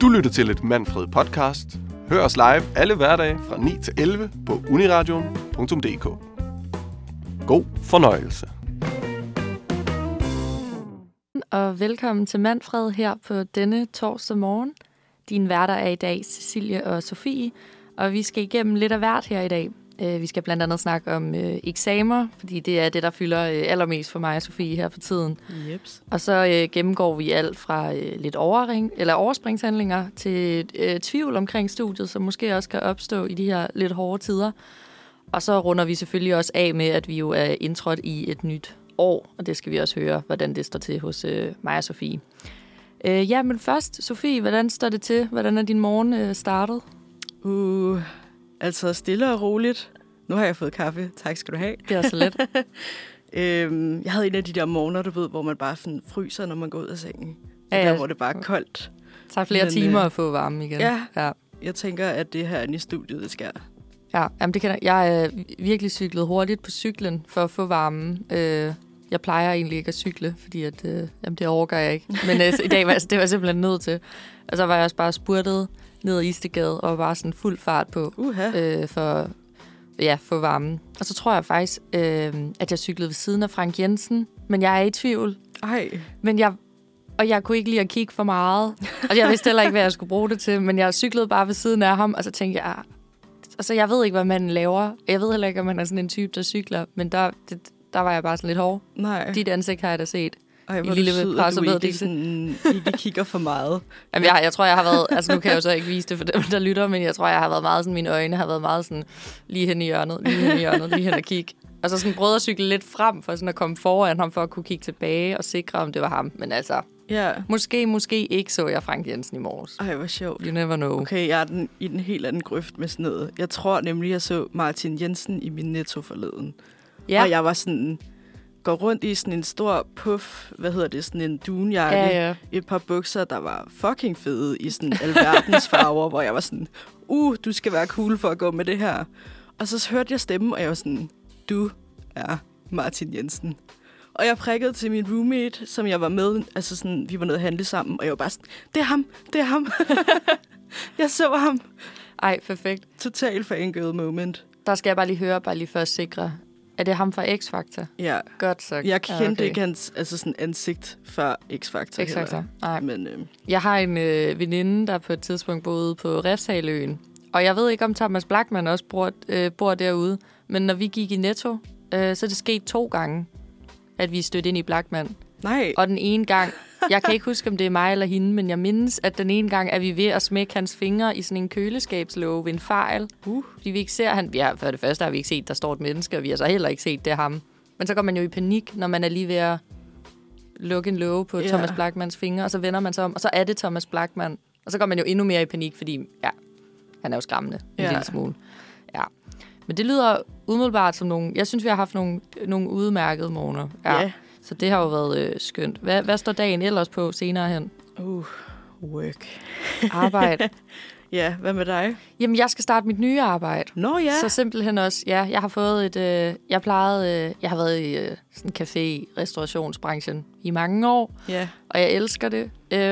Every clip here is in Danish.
Du lytter til et Manfred podcast. Hør os live alle hverdage fra 9 til 11 på uniradion.dk. God fornøjelse. Og velkommen til Manfred her på denne torsdag morgen. Dine værter er i dag Cecilie og Sofie, og vi skal igennem lidt af hvert her i dag. Vi skal blandt andet snakke om eksamer, fordi det er det, der fylder allermest for mig og Sofie her for tiden. Jeps. Og så gennemgår vi alt fra lidt overspringshandlinger til tvivl omkring studiet, som måske også kan opstå i de her lidt hårde tider. Og så runder vi selvfølgelig også af med, at vi jo er indtrådt i et nyt år, og det skal vi også høre, hvordan det står til hos mig og Sofie. Men først, Sofie, hvordan står det til? Hvordan er din morgen startet? Altså stille og roligt. Nu har jeg fået kaffe. Tak skal du have. Det er så let. Jeg havde en af de der morgener, du ved, hvor man bare sådan fryser, når man går ud af sengen. Så Ja, der, hvor det bare er koldt. Det tager flere timer at få varme igen. Ja. Jeg tænker, at det her i studiet, det sker. Ja, jamen det kan jeg er virkelig cyklet hurtigt på cyklen for at få varmen. Jeg plejer egentlig ikke at cykle, fordi at, det overgår jeg ikke. Men i dag var jeg simpelthen nødt til. Og så var jeg også bare spurtet ned ad Istegade og bare sådan fuld fart på for få varmen. Og så tror jeg faktisk, at jeg cyklede ved siden af Frank Jensen, men jeg er i tvivl. Ej. Men jeg kunne ikke lide at kigge for meget. Og jeg vidste heller ikke, hvad jeg skulle bruge det til, men jeg cyklede bare ved siden af ham, og så tænkte jeg, altså jeg ved ikke, hvad man laver. Jeg ved heller ikke, om man er sådan en type, der cykler, men der var jeg bare sådan lidt hård. Nej. Dit ansigt har jeg da set. Ej, hvor du sød, at du ikke kigger for meget. Jamen, jeg tror, jeg har været... Altså, nu kan jeg jo så ikke vise det for dem, der lytter, men jeg tror, jeg har været meget sådan... Mine øjne har været meget sådan... Lige hen i hjørnet, lige hen og kigge. Og så sådan prøvede at cykle lidt frem, for sådan at komme foran ham, for at kunne kigge tilbage og sikre, om det var ham. Men altså... Ja. Måske ikke så jeg Frank Jensen i morges. Ej, hvor sjovt. You never know. Okay, jeg er i den helt anden grøft med sådan noget. Jeg tror nemlig, jeg så Martin Jensen i min Netto forleden. Ja. Og jeg var sådan... går rundt i sådan en stor puff, sådan en dunjakke, ja. Et par bukser, der var fucking fede i sådan alverdens farver, hvor jeg var sådan, du skal være cool for at gå med det her. Og så hørte jeg stemmen, og jeg var sådan, du er Martin Jensen. Og jeg prikkede til min roommate, som jeg var med, altså sådan, vi var nede at handle sammen, og jeg var bare sådan, det er ham. Jeg så ham. Ej, perfekt. Total fangirl moment. Der skal jeg bare lige høre, for at sikre. Er det ham fra X-Factor? Ja. Godt så. Jeg kendte ikke hans sådan ansigt fra X-Factor. X-Factor, nej. Men, Jeg har en veninde, der på et tidspunkt boede på Refshaløen. Og jeg ved ikke, om Thomas Blachman også bor derude. Men når vi gik i Netto, så er det sket 2 gange, at vi stødte ind i Blachman. Nej. Og den ene gang, jeg kan ikke huske, om det er mig eller hende, men jeg mindes, at den ene gang er vi ved at smække hans fingre i sådan en køleskabslåge ved en fejl. Fordi vi ikke ser, for det første har vi ikke set, der står et menneske, og vi har så heller ikke set, det er ham. Men så går man jo i panik, når man er lige ved at lukke en låge på Thomas Blachmans fingre, og så vender man sig om, og så er det Thomas Blachman. Og så går man jo endnu mere i panik, fordi han er jo skræmmende en lille smule. Ja. Men det lyder umiddelbart som nogle... Jeg synes, vi har haft nogle udmærkede morgener. Ja. Så det har jo været skønt. Hvad står dagen ellers på senere hen? Work. Arbejde. Ja, hvad med dig? Jamen, jeg skal starte mit nye arbejde. Nå ja. Så simpelthen også, jeg har fået jeg har været i sådan en café-restaurationsbranchen i mange år. Ja. Og jeg elsker det.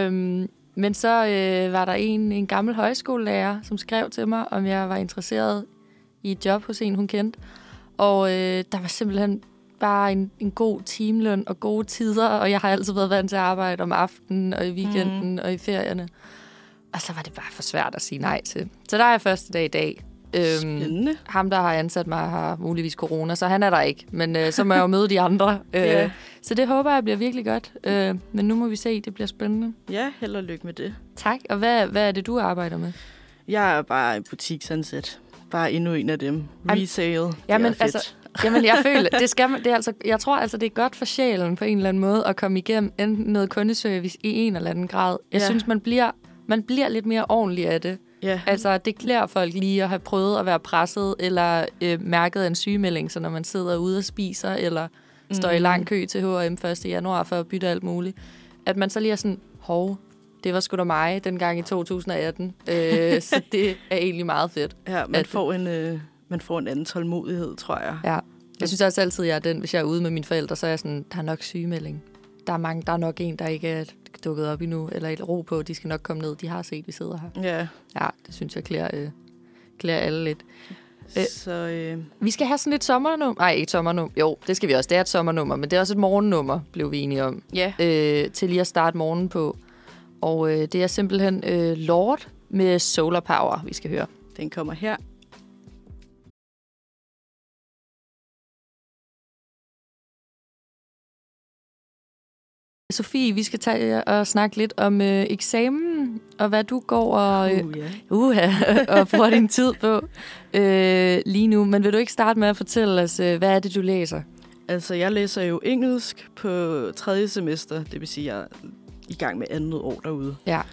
Men så var der en gammel højskolelærer, som skrev til mig, om jeg var interesseret i et job hos en, hun kendte. Og der var simpelthen bare en god timeløn og gode tider, og jeg har altid været vant til at arbejde om aftenen og i weekenden og i ferierne. Og så var det bare for svært at sige nej til. Så der er jeg første dag i dag. Spændende. Ham, der har ansat mig, har muligvis corona, så han er der ikke. Men så må jeg jo møde de andre. Så det håber jeg bliver virkelig godt. Men nu må vi se, det bliver spændende. Ja, held og lykke med det. Tak. Og hvad er det, du arbejder med? Jeg er bare en butiksansat. Bare endnu en af dem. Resale. Jamen, jamen, jeg føler, jeg tror altså, det er godt for sjælen på en eller anden måde at komme igennem enten noget kundeservice i en eller anden grad. Jeg synes, man bliver lidt mere ordentlig af det. Ja. Altså, det klæder folk lige at have prøvet at være presset, eller mærket en sygemelding, så når man sidder ude og spiser, eller står i lang kø til H&M 1. januar for at bytte alt muligt. At man så lige er sådan, det var sgu da mig dengang i 2018. Så det er egentlig meget fedt. Ja, man får en anden tålmodighed, tror jeg. Ja. Jeg synes også altid, jeg er den, hvis jeg er ude med mine forældre, så er jeg sådan, der er nok sygemelding. Der er nok en, der ikke dukket op endnu, eller et ro på, de skal nok komme ned. De har set, vi sidder her. Ja. Ja, det synes jeg klæder alle lidt. Så Vi skal have sådan et sommernummer. Nej, ikke et sommernummer. Jo, det skal vi også. Det er et sommernummer, men det er også et morgennummer, blev vi enige om. ja. Til lige at starte morgenen på. Og det er simpelthen Lord med Solar Power, vi skal høre. Den kommer her. Sofie, vi skal tage og snakke lidt om eksamen, og hvad du går og bruger din tid på lige nu. Men vil du ikke starte med at fortælle os, hvad er det, du læser? Altså, jeg læser jo engelsk på 3. semester. Det vil sige, jeg er i gang med 2. år derude. Ja.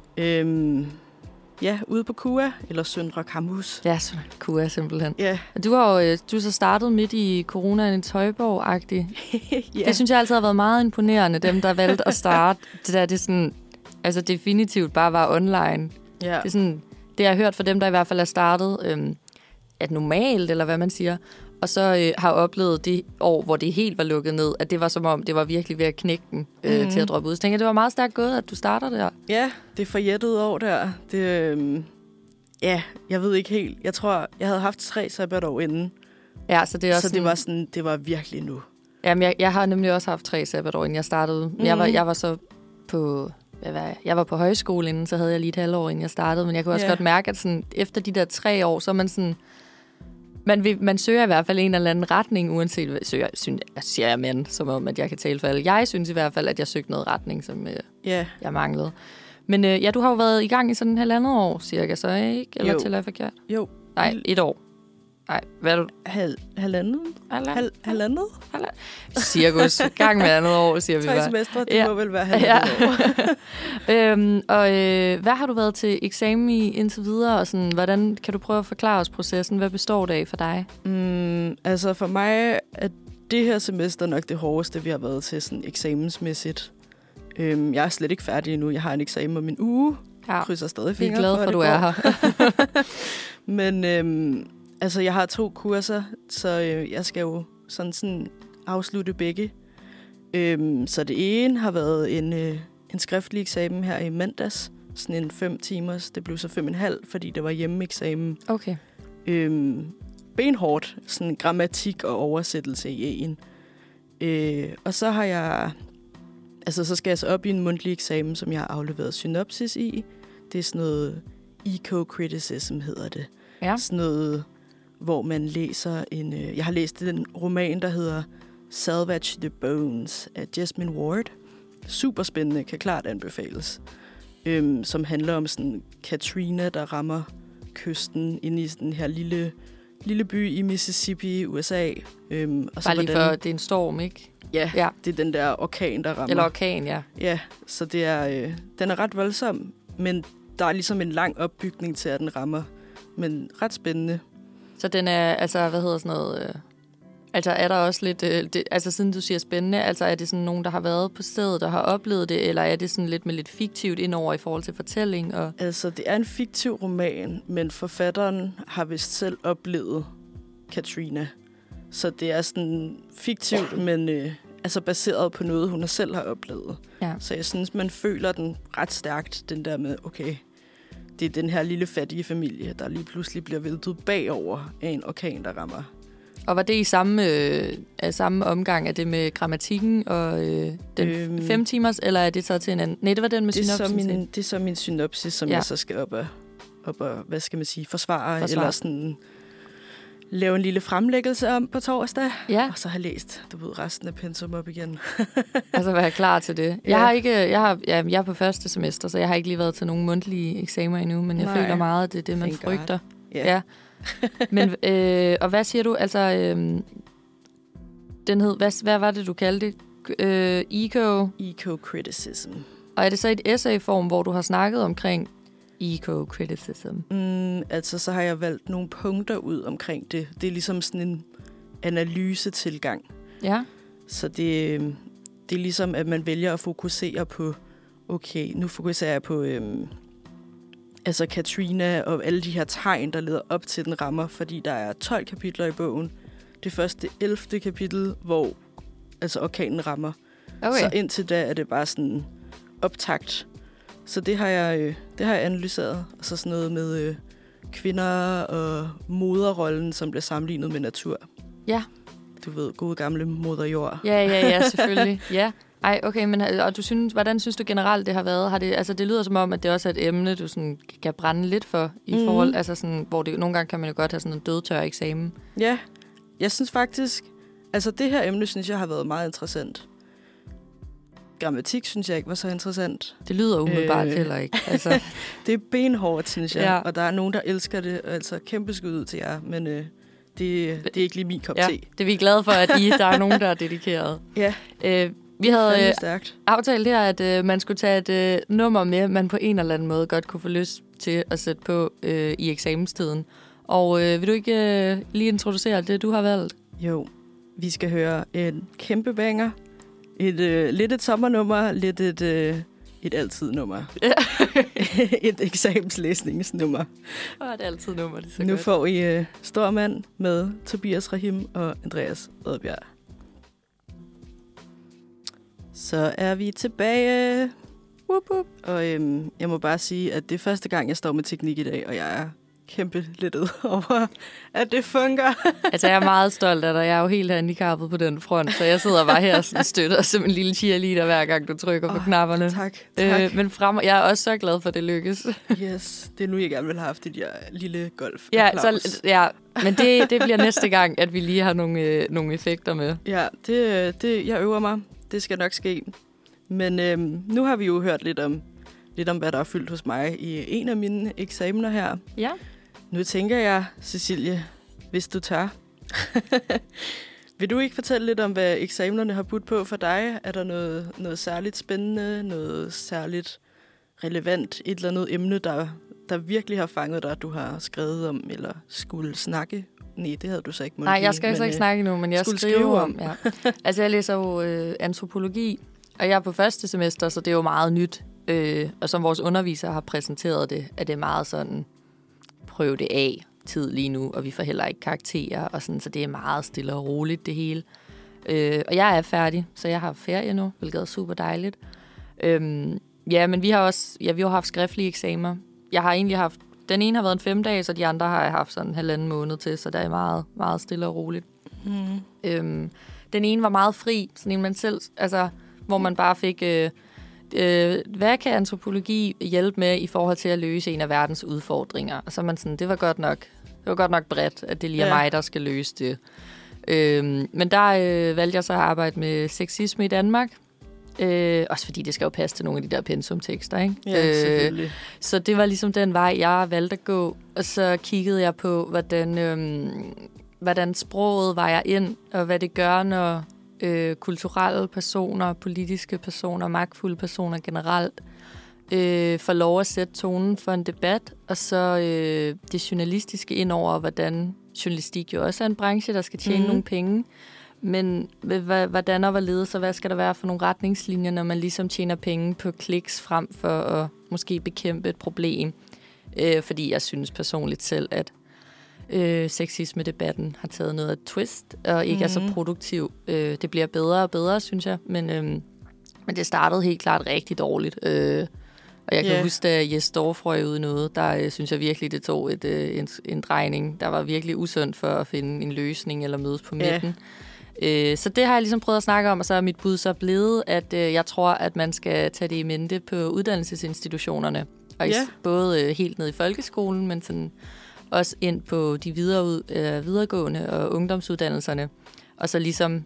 Ja, ude på KUA, eller Søndre Campus. Ja, så KUA simpelthen. Ja. Du har jo du så startet midt i coronaen i Tøjborg-agtigt. Ja. Det synes jeg altid har været meget imponerende, dem der valgte at starte. Det er sådan, altså definitivt bare var online. Ja. Det er sådan, det jeg har hørt fra dem, der i hvert fald er startet, at normalt, eller hvad man siger, og så har oplevet det år, hvor det helt var lukket ned, at det var som om, det var virkelig ved at knække den til at droppe ud. Så tænker jeg, det var meget stærkt gået, at du starter der. Ja, det forjættede år der. Det, ja, jeg ved ikke helt. Jeg tror, jeg havde haft 3 sabbatår inden. Ja, så det er også så det var sådan, det var virkelig nu. Jamen, jeg har nemlig også haft 3 sabbatår, inden jeg startede. Jeg var så på... Jeg var på højskole inden, så havde jeg lige et halvår, inden jeg startede. Men jeg kunne også godt mærke, at sådan, efter de der 3 år, så er man sådan... Man søger i hvert fald en eller anden retning, uanset hvad siger jeg men, som om, at jeg kan tale for alle. Jeg synes i hvert fald, at jeg søgte noget retning, som jeg manglede. Men du har jo været i gang i sådan 1,5 år, cirka, så ikke? Eller jo. Til at forkert? Jo. Nej, 1 år. Nej, hvad er du? Halvandet? Halvandet? Cirkus. Gang med 2 år, siger vi bare. 3 semestre, det må vel være halvandet år. Hvad har du været til eksamen i indtil videre? Og sådan, hvordan kan du prøve at forklare os processen? Hvad består det af for dig? Altså for mig er det her semester nok det hårdeste, vi har været til sådan eksamensmæssigt. Jeg er slet ikke færdig endnu. Jeg har en eksamen om en uge. Ja. Krydser stadig fingre. Vi er glade for, at du er her. Men altså, jeg har 2 kurser, så jeg skal jo sådan afslutte begge. Så det ene har været en skriftlig eksamen her i mandags. Sådan en 5 timers. Det blev så 5,5, fordi det var hjemmeeksamen. Okay. Benhårdt. Sådan grammatik og oversættelse i en. Og så har jeg... Altså, så skal jeg så op i en mundtlig eksamen, som jeg har afleveret synopsis i. Det er sådan noget eco-criticism, hedder det. Ja. Sådan noget, hvor man læser en... jeg har læst en roman, der hedder Salvage the Bones af Jasmine Ward. Super spændende, kan klart anbefales. Som handler om sådan Katrina, der rammer kysten inde i den her lille by i Mississippi, USA. Og så bare lige for, det er en storm, ikke? Ja, det er den der orkan, der rammer. Eller orkan, ja. Ja, så det er, den er ret voldsom, men der er ligesom en lang opbygning til, at den rammer. Men ret spændende. Så den er, altså, hvad hedder sådan noget... altså, er der også lidt... altså, siden du siger spændende, altså, er det sådan nogen, der har været på stedet og har oplevet det, eller er det sådan lidt med lidt fiktivt indover i forhold til fortælling? Og... Altså, det er en fiktiv roman, men forfatteren har vist selv oplevet Katrina. Så det er sådan fiktivt, men altså baseret på noget, hun selv har oplevet. Ja. Så jeg synes, man føler den ret stærkt, den der med, okay, det er den her lille fattige familie, der lige pludselig bliver væltet bagover af en orkan, der rammer. Og var det i samme omgang, er det med grammatikken og den 5 timers, eller er det så til en anden? Nej, det var den med synopsis. Det er så min synopsis, som jeg så skal op og, hvad skal man sige, forsvare. Eller sådan lave en lille fremlæggelse om på torsdag. Ja. Og så har jeg læst, resten af pensum op igen. Altså være klar til det. Ja. Jeg er på første semester, så jeg har ikke lige været til nogen mundtlige eksamener endnu, men jeg føler meget, at det er det, man frygter. Ja. Men, og hvad siger du? Altså, den hed, hvad var det, du kaldte det? Eco-criticism. Og er det så et essay-form, hvor du har snakket omkring eco-criticism? Altså, så har jeg valgt nogle punkter ud omkring det. Det er ligesom sådan en analysetilgang. Ja. Så det er ligesom, at man vælger at fokusere på, okay, nu fokuserer jeg på altså Katrina og alle de her tegn, der leder op til den rammer, fordi der er 12 kapitler i bogen. Det første 11. kapitel, hvor altså orkanen rammer. Okay. Så indtil da er det bare sådan, optakt. Så det har jeg analyseret. Og så sådan noget med kvinder og moderrollen, som bliver sammenlignet med natur. Ja. Du ved, gode gamle moder jord. Ja, selvfølgelig. Ja. Ej, okay, men og hvordan synes du generelt, det har været? Det lyder som om, at det også er et emne, du sådan kan brænde lidt for i forhold, altså sådan, hvor det nogle gange kan man jo godt have sådan en dødtør eksamen. Ja, jeg synes faktisk, altså det her emne, synes jeg har været meget interessant. Grammatik synes jeg ikke var så interessant. Det lyder umiddelbart heller ikke. Altså. Det er benhårdt, synes jeg. Ja. Og der er nogen, der elsker det. Altså kæmpe skud ud til jer. Men det er ikke lige min kop te. Det er vi glade for, at der er nogen, der er dedikeret. Ja. Vi havde aftalt her, at man skulle tage et nummer med, man på en eller anden måde godt kunne få lyst til at sætte på i eksamenstiden. Og vil du ikke lige introducere det, du har valgt? Jo, vi skal høre en kæmpe banger. Lidt et sommernummer, lidt et altid-nummer. Et eksamenslæsningsnummer. Et altid-nummer, det er så nu godt. Får I Stor Mand med Tobias Rahim og Andreas Oddbjerg. Så er vi tilbage. Wup, wup. Og jeg må bare sige, at det er første gang, jeg står med teknik i dag, og jeg er kæmpe lettet over, at det fungerer. Altså, jeg er meget stolt af dig. Jeg er jo helt handicappet på den front, så jeg sidder bare her og støtter som en lille cheerleader, hver gang du trykker på knapperne. Tak. Men jeg er også så glad for, at det lykkes. Yes, det er nu, jeg gerne vil have haft dit lille golf. Men det bliver næste gang, at vi lige har nogle effekter med. Ja, jeg øver mig. Det skal nok ske. Men nu har vi jo hørt lidt om, hvad der er fyldt hos mig i en af mine eksamener her. Ja. Nu tænker jeg, Cecilie, hvis du tør. Vil du ikke fortælle lidt om, hvad eksamenerne har budt på for dig? Er der noget særligt spændende, noget særligt relevant, et eller andet emne, der virkelig har fanget dig, du har skrevet om, eller skulle snakke? Nej, det havde du så ikke. Nej, jeg skal ikke snakke nu, men jeg skriver om. Ja. Altså, jeg læser jo antropologi, og jeg er på første semester, så det er jo meget nyt. Og som vores underviser har præsenteret det, at det er meget sådan, prøv det af tid lige nu, og vi får heller ikke karakterer, og sådan, så det er meget stille og roligt det hele. Og jeg er færdig, så jeg har ferie nu, hvilket er super dejligt. Men vi har haft skriftlige eksamener. Jeg har egentlig haft, den ene har været en 5 dage, så de andre har jeg haft sådan 1,5 måned til, så der er meget, meget stille og roligt. Den ene var meget fri, sådan en man selv, altså, hvor man bare fik... hvad kan antropologi hjælpe med i forhold til at løse en af verdens udfordringer? Og så er man sådan, det var godt nok bredt, at det lige er mig, der skal løse det. Men der valgte jeg så at arbejde med sexisme i Danmark. Også fordi det skal jo passe til nogle af de der pensumtekster, ikke? Ja, selvfølgelig. Så det var ligesom den vej, jeg valgte at gå. Og så kiggede jeg på, hvordan sproget vejer ind, og hvad det gør, når kulturelle personer, politiske personer, magtfulde personer generelt får lov at sætte tonen for en debat, og så det journalistiske ind over, hvordan journalistik jo også er en branche, der skal tjene nogle penge, men hvordan og hvorledes, og hvad skal der være for nogle retningslinjer, når man ligesom tjener penge på kliks frem for at måske bekæmpe et problem, fordi jeg synes personligt selv, at sexisme-debatten har taget noget af et twist, og ikke er så produktiv. Det bliver bedre og bedre, synes jeg, men det startede helt klart rigtig dårligt. Og jeg kan huske, da Jes Dorf røg ud i noget, der synes jeg virkelig, det tog en drejning. Der var virkelig usundt for at finde en løsning eller mødes på midten. Så det har jeg ligesom prøvet at snakke om, og så er mit bud så blevet, at jeg tror, at man skal tage det i mente på uddannelsesinstitutionerne. Og både helt ned i folkeskolen, men sådan også ind på de videregående og ungdomsuddannelserne. Og så ligesom,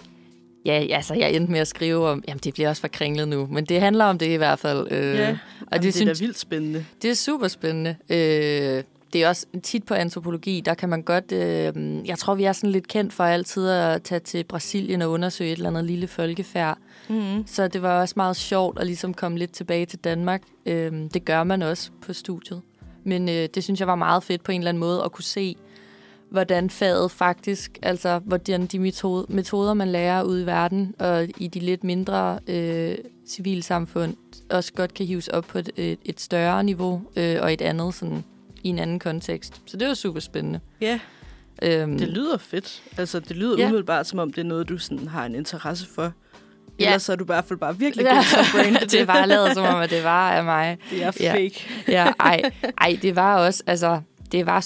jeg endte med at skrive om, jamen det bliver også for kringlet nu, men det handler om det i hvert fald. Og det er da vildt spændende. Det er super spændende. Det er også tit på antropologi, der kan man godt, jeg tror vi er sådan lidt kendt for altid at tage til Brasilien og undersøge et eller andet lille folkefærd. Så det var også meget sjovt at ligesom komme lidt tilbage til Danmark. Det gør man også på studiet. Men det synes jeg var meget fedt på en eller anden måde at kunne se, hvordan faget faktisk, altså hvordan de metoder, man lærer ude i verden, og i de lidt mindre civilsamfund, også godt kan hives op på et større niveau, og et andet sådan, i en anden kontekst. Så det var super spændende. Ja, det lyder fedt. Altså, det lyder umiddelbart, som om det er noget, du sådan har en interesse for. Ja. Ellers er du i hvert fald bare virkelig god til at brande det. Det var lavet som om, at det var af mig. Det er fake. Ja, ej, det var også, altså, det var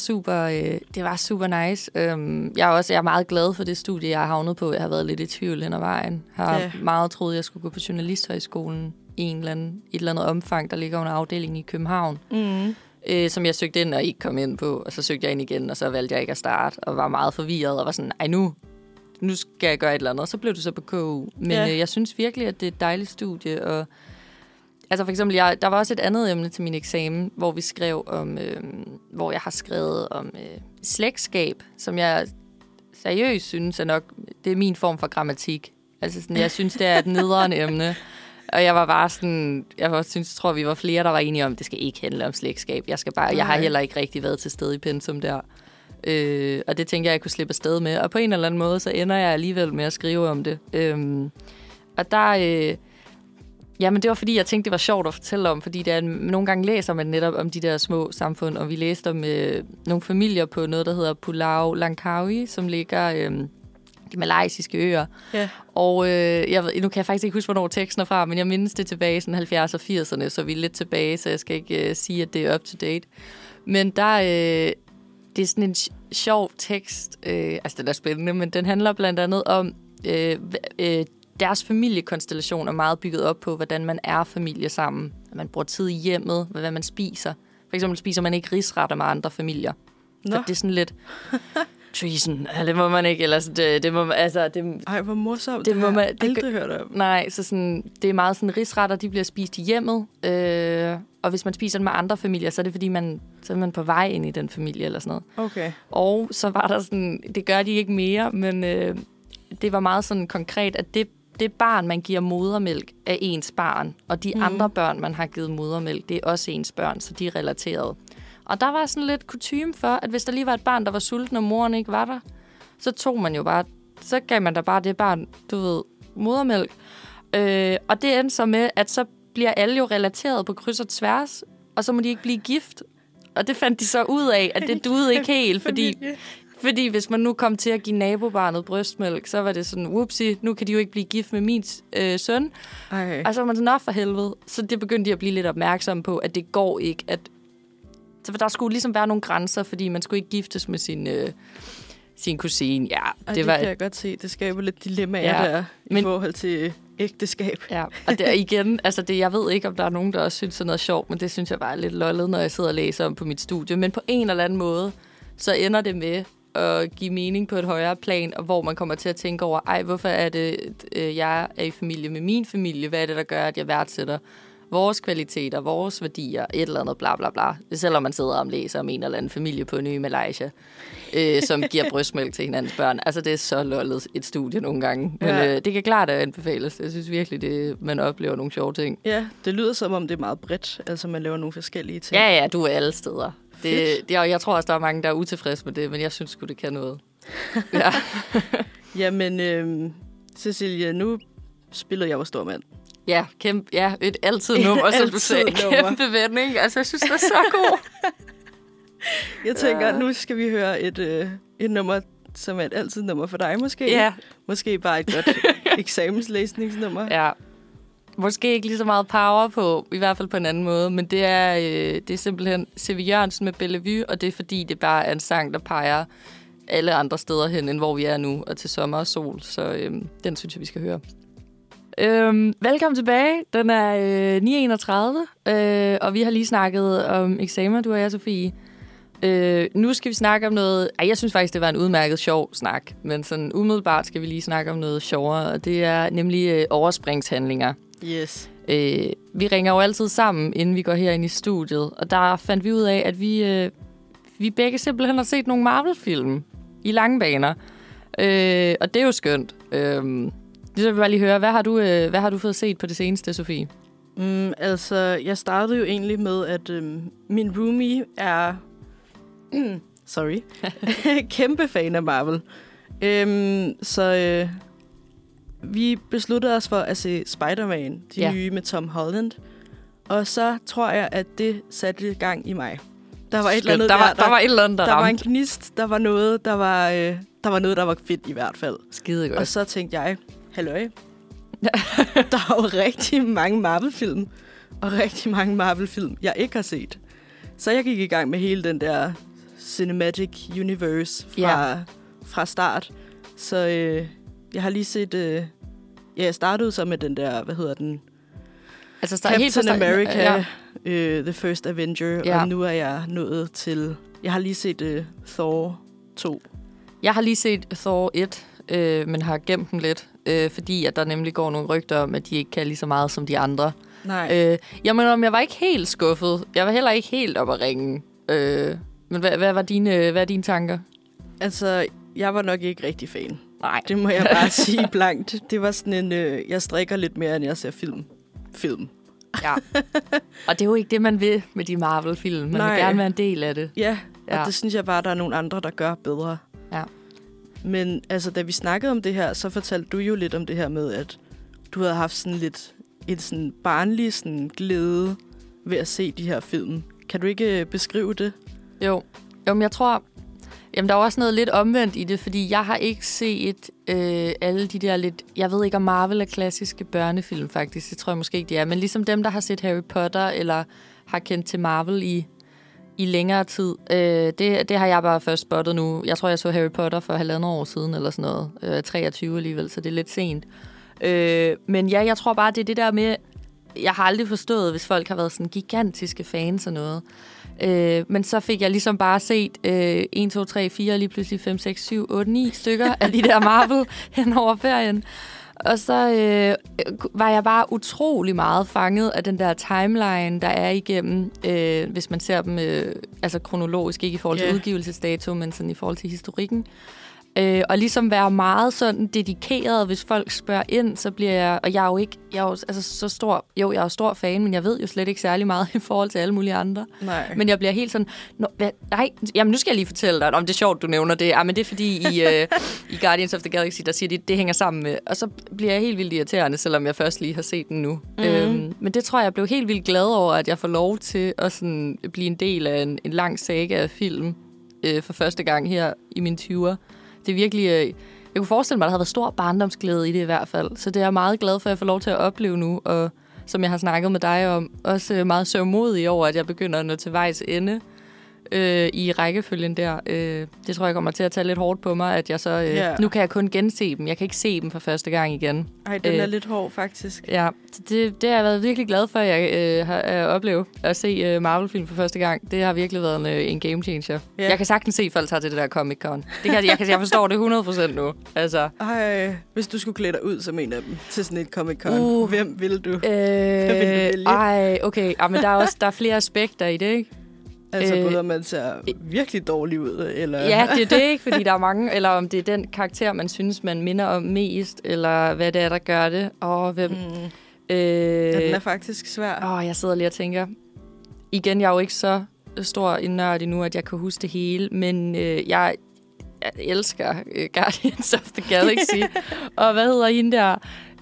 super nice. Jeg er meget glad for det studie, jeg har havnet på. Jeg har været lidt i tvivl hen ad vejen. Jeg har meget troet, at jeg skulle gå på Journalisthøjskolen i et eller andet omfang, der ligger under afdelingen i København. Som jeg søgte ind og ikke kom ind på. Og så søgte jeg ind igen, og så valgte jeg ikke at starte. Og var meget forvirret og var sådan, nu skal jeg gøre et eller andet. Og så blev det så på KU. Men jeg synes virkelig, at det er et dejligt studie. Og altså for eksempel, der var også et andet emne til min eksamen, hvor vi skrev om, hvor jeg har skrevet om slægtskab, som jeg seriøst synes er nok, det er min form for grammatik. Altså sådan, jeg synes, det er et nederen emne. Og jeg var bare sådan, tror vi var flere, der var enige om, at det skal ikke handle om slægtskab. Jeg har heller ikke rigtig været til stede i pensum der. Og det tænker jeg kunne slippe afsted med. Og på en eller anden måde, så ender jeg alligevel med at skrive om det. Og der... Jamen, det var fordi, jeg tænkte, det var sjovt at fortælle om, fordi nogle gange læser man netop om de der små samfund, og vi læste om nogle familier på noget, der hedder Pulau Langkawi, som ligger de malaysiske øer. Yeah. Og nu kan jeg faktisk ikke huske, hvornår teksten er fra, men jeg mindes det tilbage i sådan 70'erne og 80'erne, så vi er lidt tilbage, så jeg skal ikke sige, at det er up to date. Men der... det er sådan en sjov tekst, altså den er spændende, men den handler blandt andet om... deres familiekonstellation er meget bygget op på, hvordan man er familie sammen. At man bruger tid i hjemmet, hvad man spiser. For eksempel spiser man ikke risretter med andre familier. Så det er sådan lidt treason. Det må man ikke. Eller det må man, altså, ej, hvor morsomt. Det må man aldrig hørt om. Nej, så sådan, det er meget sådan, risretter, de bliver spist i hjemmet. Og hvis man spiser den med andre familier, så er det fordi, så er man på vej ind i den familie eller sådan noget. Okay. Og så var der sådan, det gør de ikke mere, men det var meget sådan konkret, at det barn, man giver modermælk, er ens barn. Og de andre børn, man har givet modermælk, det er også ens børn, så de er relateret. Og der var sådan lidt kutyme for, at hvis der lige var et barn, der var sulten, og moren ikke var der, så gav man da bare det barn, du ved, modermælk. Og det endte så med, at så bliver alle jo relateret på kryds og tværs, og så må de ikke blive gift. Og det fandt de så ud af, at det duede ikke helt, fordi hvis man nu kom til at give nabobarnet brystmælk, så var det sådan, whoopsie, nu kan de jo ikke blive gift med min søn. Okay. Og så var man sådan, for helvede. Så det begyndte de at blive lidt opmærksomme på, at det går ikke. Så der skulle ligesom være nogle grænser, fordi man skulle ikke giftes med sin kusine. Ja, det kan jeg godt se. Det skaber lidt dilemmaer der i forhold til ægteskab. Ja, og der igen, altså jeg ved ikke, om der er nogen, der også synes, det er noget sjovt, men det synes jeg bare er lidt lollet, når jeg sidder og læser om på mit studie. Men på en eller anden måde, så ender det med at give mening på et højere plan, og hvor man kommer til at tænke over, hvorfor er det, jeg er i familie med min familie? Hvad er det, der gør, at jeg værdsætter vores kvaliteter, vores værdier, et eller andet bla bla bla. Selvom man sidder og læser om en eller anden familie på en ø i Malaysia, som giver brystmælk til hinandens børn. Altså, det er så lollet et studie nogle gange. Men det kan klart anbefales. Jeg synes virkelig, man oplever nogle sjove ting. Ja, det lyder som om, det er meget bredt. Altså, man laver nogle forskellige ting. Ja, du er alle steder. Jeg tror også, der er mange, der er utilfredse med det, men jeg synes sgu, det kan noget. Ja. Jamen, Cecilie, nu spillede jeg var stor mand. Ja, et altid nummer, som du sagde. Kæmpe vending. Altså, jeg synes, det er så god. Jeg tænker, nu skal vi høre et nummer, som er et altid nummer for dig, måske. Ja. Måske bare et godt eksamenslæsningsnummer. Ja. Måske ikke lige så meget power på, i hvert fald på en anden måde, men det er simpelthen C.V. Jørgensen med Bellevue, og det er fordi, det bare er en sang, der peger alle andre steder hen, end hvor vi er nu, og til sommer og sol. Så den synes jeg, vi skal høre. Velkommen tilbage. Den er 9:31, og vi har lige snakket om eksamen, du og jeg, Sofie. Nu skal vi snakke om noget... jeg synes faktisk, det var en udmærket sjov snak, men sådan umiddelbart skal vi lige snakke om noget sjovere, og det er nemlig overspringshandlinger. Yes. Vi ringer jo altid sammen, inden vi går herind i studiet, og der fandt vi ud af, at vi begge simpelthen har set nogle Marvel-film i lange baner. Og det er jo skønt. Så vil jeg bare lige høre, hvad har du fået set på det seneste, Sofie? Altså, jeg startede jo egentlig med, at min roomie er... kæmpe fan af Marvel. Så vi besluttede os for at se Spider-Man, de nye med Tom Holland. Og så tror jeg, at det satte i gang i mig. Der var et eller andet der var et eller andet, der var en gnist, der var noget, der var fedt i hvert fald. Skide godt. Og så tænkte jeg, halløj, Der er jo rigtig mange Marvel-film, og rigtig mange Marvel-film, jeg ikke har set. Så jeg gik i gang med hele den der Cinematic Universe fra start. Så jeg har lige set... jeg startede så med den der, hvad hedder den? Altså, Captain America, The First Avenger, og nu er jeg nået til... Jeg har lige set Thor 2. Jeg har lige set Thor 1, men har gemt den lidt, fordi at der nemlig går nogle rygter om, at de ikke kan lige så meget som de andre. Nej. Jeg var ikke helt skuffet. Jeg var heller ikke helt op at ringe. Men hvad er dine tanker? Altså, jeg var nok ikke rigtig fan. Nej. Det må jeg bare sige blankt. Det var sådan en... jeg strikker lidt mere, end jeg ser film. Ja. Og det er jo ikke det, man vil med de Marvel-film. Man vil gerne være en del af det. Ja, og det synes jeg bare, der er nogle andre, der gør bedre. Ja. Men altså, da vi snakkede om det her, så fortalte du jo lidt om det her med, at du havde haft sådan lidt en sådan barnlig sådan glæde ved at se de her film. Kan du ikke beskrive det? Jo, men jeg tror... Jamen, der er også noget lidt omvendt i det, fordi jeg har ikke set alle de der lidt... Jeg ved ikke, om Marvel er klassiske børnefilm, faktisk. Det tror jeg måske ikke, de er. Men ligesom dem, der har set Harry Potter, eller har kendt til Marvel i længere tid. Det har jeg bare først spottet nu. Jeg tror, jeg så Harry Potter for 1,5 år siden, eller sådan noget. 23 alligevel, så det er lidt sent. Men ja, jeg tror bare, det er det der med... Jeg har aldrig forstået, hvis folk har været sådan gigantiske fans og noget. Men så fik jeg ligesom bare set 1, 2, 3, 4, lige pludselig 5, 6, 7, 8, 9 stykker af de der Marvel hen over ferien. Og så var jeg bare utrolig meget fanget af den der timeline, der er igennem, hvis man ser dem altså kronologisk, ikke i forhold til udgivelsesdato, men sådan i forhold til historikken. Og ligesom være meget sådan dedikeret, hvis folk spørger ind, så bliver jeg... Og jeg er jo ikke... Jeg er jo, altså, så stor... Jo, jeg er jo stor fan, men jeg ved jo slet ikke særlig meget i forhold til alle mulige andre. Nej. Men jeg bliver helt sådan... Nej, jamen nu skal jeg lige fortælle dig, om det er sjovt, du nævner det. Men det er fordi i Guardians of the Galaxy, der siger de, det hænger sammen med... Og så bliver jeg helt vildt irriterende, selvom jeg først lige har set den nu. Men det tror jeg blev helt vildt glad over, at jeg får lov til at sådan, blive en del af en lang saga af film for første gang her i mine 20'er. Det er virkelig... Jeg kunne forestille mig, at der havde været stor barndomsglæde i det i hvert fald. Så det er jeg meget glad for, at jeg får lov til at opleve nu. Og som jeg har snakket med dig om, også meget sørgmodig over, at jeg begynder at nå til vejs ende i rækkefølgen der. Det tror jeg kommer til at tage lidt hårdt på mig, at jeg så... Nu kan jeg kun gense dem. Jeg kan ikke se dem for første gang igen. Ej, den er lidt hård, faktisk. Ja, det har jeg været virkelig glad for, at jeg har oplevet at se Marvel-film for første gang. Det har virkelig været en game changer. Yeah. Jeg kan sagtens se, at folk tager til det der Comic-Con. Jeg forstår det 100% nu. Altså. Ej, hvis du skulle klæde dig ud som en af dem til sådan et Comic-Con, hvem vil du? Hvem vil du vælge? Ej, okay. Men der er flere aspekter i det, ikke? Altså både om man ser virkelig dårlig ud, eller... Ja, det er det ikke, fordi der er mange, eller om det er den karakter, man synes, man minder om mest, eller hvad det er, der gør det, og hvem... Ja, den er faktisk svær. Jeg sidder lige og tænker... Igen, jeg er jo ikke så stor en nørd endnu, at jeg kan huske det hele, men jeg elsker Guardians of the Galaxy. Og hvad hedder hende der?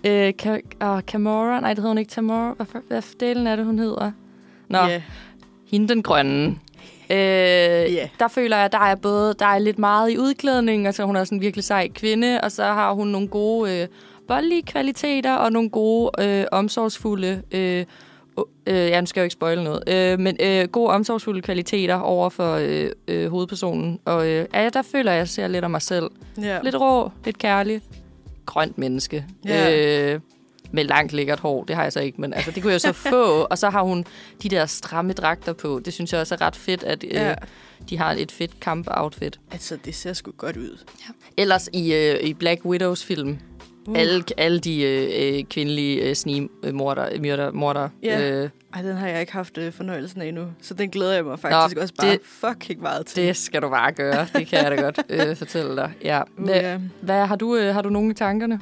Gamora? Nej, det hedder hun ikke. Tamora. Hvad delen er det, hun hedder? Nå. Yeah. Hende den grønne. Der føler jeg, der er lidt meget i udklædning, og så hun er sådan en virkelig sej kvinde, og så har hun nogle gode voldelige kvaliteter, og nogle gode omsorgsfulde, nu skal jeg jo ikke spoile noget, men gode omsorgsfulde kvaliteter over for hovedpersonen. Og der føler jeg ser lidt af mig selv. Yeah. Lidt rå, lidt kærlig, grønt menneske. Yeah. Med langt lækkert hår, det har jeg så ikke, men altså, det kunne jeg så få. Og så har hun de der stramme dragter på. Det synes jeg også er ret fedt, at de har et fedt kamp-outfit. Altså, det ser sgu godt ud. Ja. Ellers i Black Widows film, alle de kvindelige snigmordere. Yeah. Ej, den har jeg ikke haft fornøjelsen af endnu. Så den glæder jeg mig faktisk også bare fucking meget til. Det skal du bare gøre. Det kan jeg da godt fortælle dig. Ja. Hvad har du nogle i tankerne?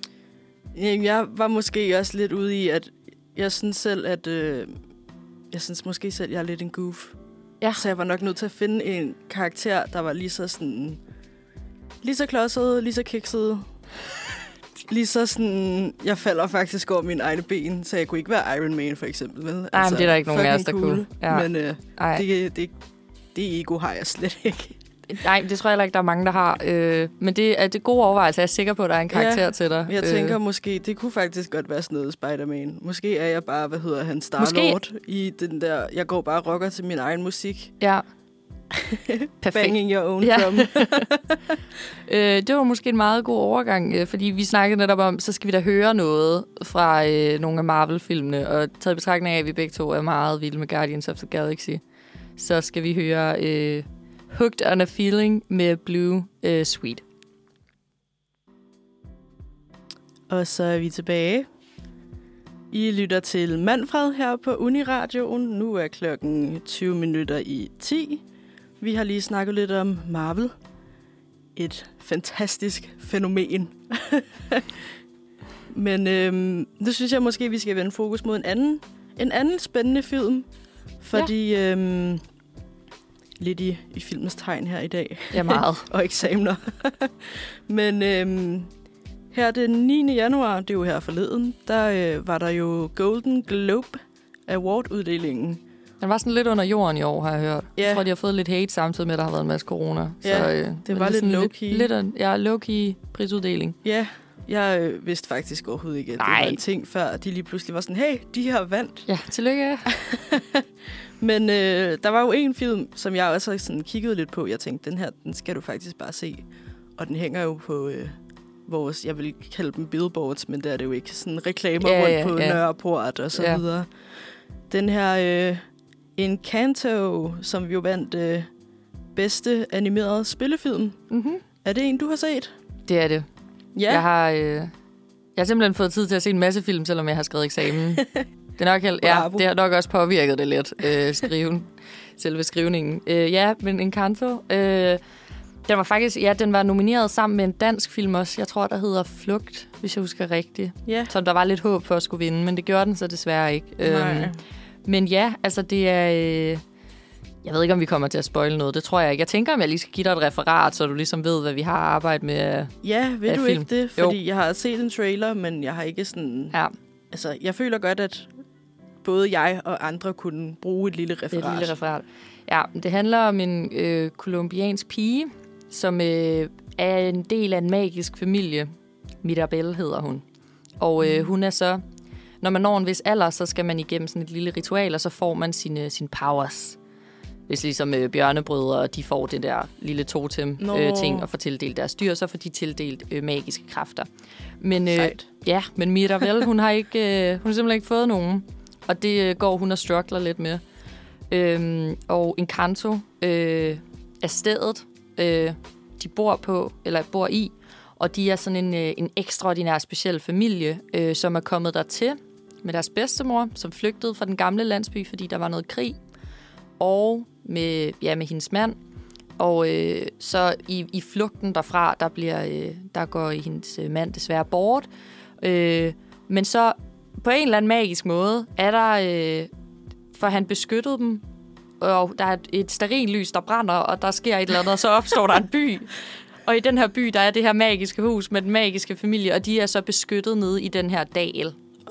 Jeg var måske også lidt ude i, at jeg synes selv, at jeg synes måske selv, jeg er lidt en goof. Ja. Så jeg var nok nødt til at finde en karakter, der var lige så sådan... Lige så klodset, lige så kikset. Lige så sådan... Jeg falder faktisk over mine egne ben, så jeg kunne ikke være Iron Man, for eksempel. Vel? Nej, altså, men det er der ikke nogen af os, der cool. Ja. Men det ego har jeg slet ikke. Nej, det tror jeg heller ikke, der er mange, der har. Men det er det gode overvejelse. Jeg er sikker på, at der er en karakter til dig. Jeg tænker måske, det kunne faktisk godt være sådan noget Spider-Man. Måske er jeg bare, han Star-Lord i den der, jeg går bare og rocker til min egen musik. Ja. Perfekt. Banging your own drum. Det var måske en meget god overgang, fordi vi snakkede netop om, så skal vi da høre noget fra nogle af Marvel-filmene, og taget i betragtning af, at vi begge to er meget vilde med Guardians of the Galaxy, så skal vi høre Hooked on a Feeling med Blue Sweet. Og så er vi tilbage. I lytter til Manfred her på Uniradioen. Nu er klokken 20:20. Vi har lige snakket lidt om Marvel. Et fantastisk fænomen. Men nu synes jeg måske, vi skal vende fokus mod en anden spændende film. Fordi lidt i filmens tegn her i dag. Ja, meget. Og eksamener. Men her den 9. januar, det er jo her forleden, der var der jo Golden Globe Award-uddelingen. Den var sådan lidt under jorden i år, har jeg hørt. Ja. Jeg tror, de har fået lidt hate samtidig med, at der har været en masse corona. Ja, så, det var lidt low-key. Low-key prisuddeling. Ja, jeg vidste faktisk overhovedet ikke, at det var en ting, før de lige pludselig var sådan, hey, de har vandt. Ja, tillykke. Men der var jo en film, som jeg også sådan kiggede lidt på. Jeg tænkte, den skal du faktisk bare se. Og den hænger jo på vores, jeg vil kalde dem billboards, men der er det jo ikke sådan reklamer rundt på Nørreport og så videre. Den her Encanto, som jo vandt bedste animerede spillefilm. Mm-hmm. Er det en, du har set? Det er det. Ja. Jeg har simpelthen fået tid til at se en masse film, selvom jeg har skrevet eksamen. Det har nok også påvirket det lidt, selve skrivningen. Men Encanto, den var nomineret sammen med en dansk film også. Jeg tror, der hedder Flugt, hvis jeg husker rigtigt. Yeah. Så der var lidt håb for at skulle vinde, men det gjorde den så desværre ikke. Men ja, altså det er... jeg ved ikke, om vi kommer til at spoile noget. Det tror jeg ikke. Jeg tænker, om jeg lige skal give dig et referat, så du ligesom ved, hvad vi har arbejdet med. Ja, ved du film. Ikke det? Fordi jeg har set en trailer, men jeg har ikke sådan... Ja. Altså, jeg føler godt, at både jeg og andre kunne bruge et lille referat. Ja, det handler om en colombiansk pige, som er en del af en magisk familie. Mirabel hedder hun. Og hun er så... Når man når en vis alder, så skal man igennem sådan et lille ritual, og så får man sine powers. Hvis ligesom bjørnebrødre, de får det der lille totem-ting og får tildelt deres dyr, så får de tildelt magiske kræfter. Men, men Mirabel, hun har simpelthen ikke fået nogen. Og det går hun og struggler lidt med. Og Encanto er stedet, de bor i, og de er sådan en ekstraordinær speciel familie, som er kommet dertil med deres bedstemor, som flygtede fra den gamle landsby, fordi der var noget krig, og med hendes mand. Og så i flugten derfra, der går hendes mand desværre bort. Men så på en eller anden magisk måde er der, for han beskyttede dem, og der er et stearinlys, der brænder, og der sker et eller andet, og så opstår der en by. Og i den her by, der er det her magiske hus med den magiske familie, og de er så beskyttet nede i den her dal,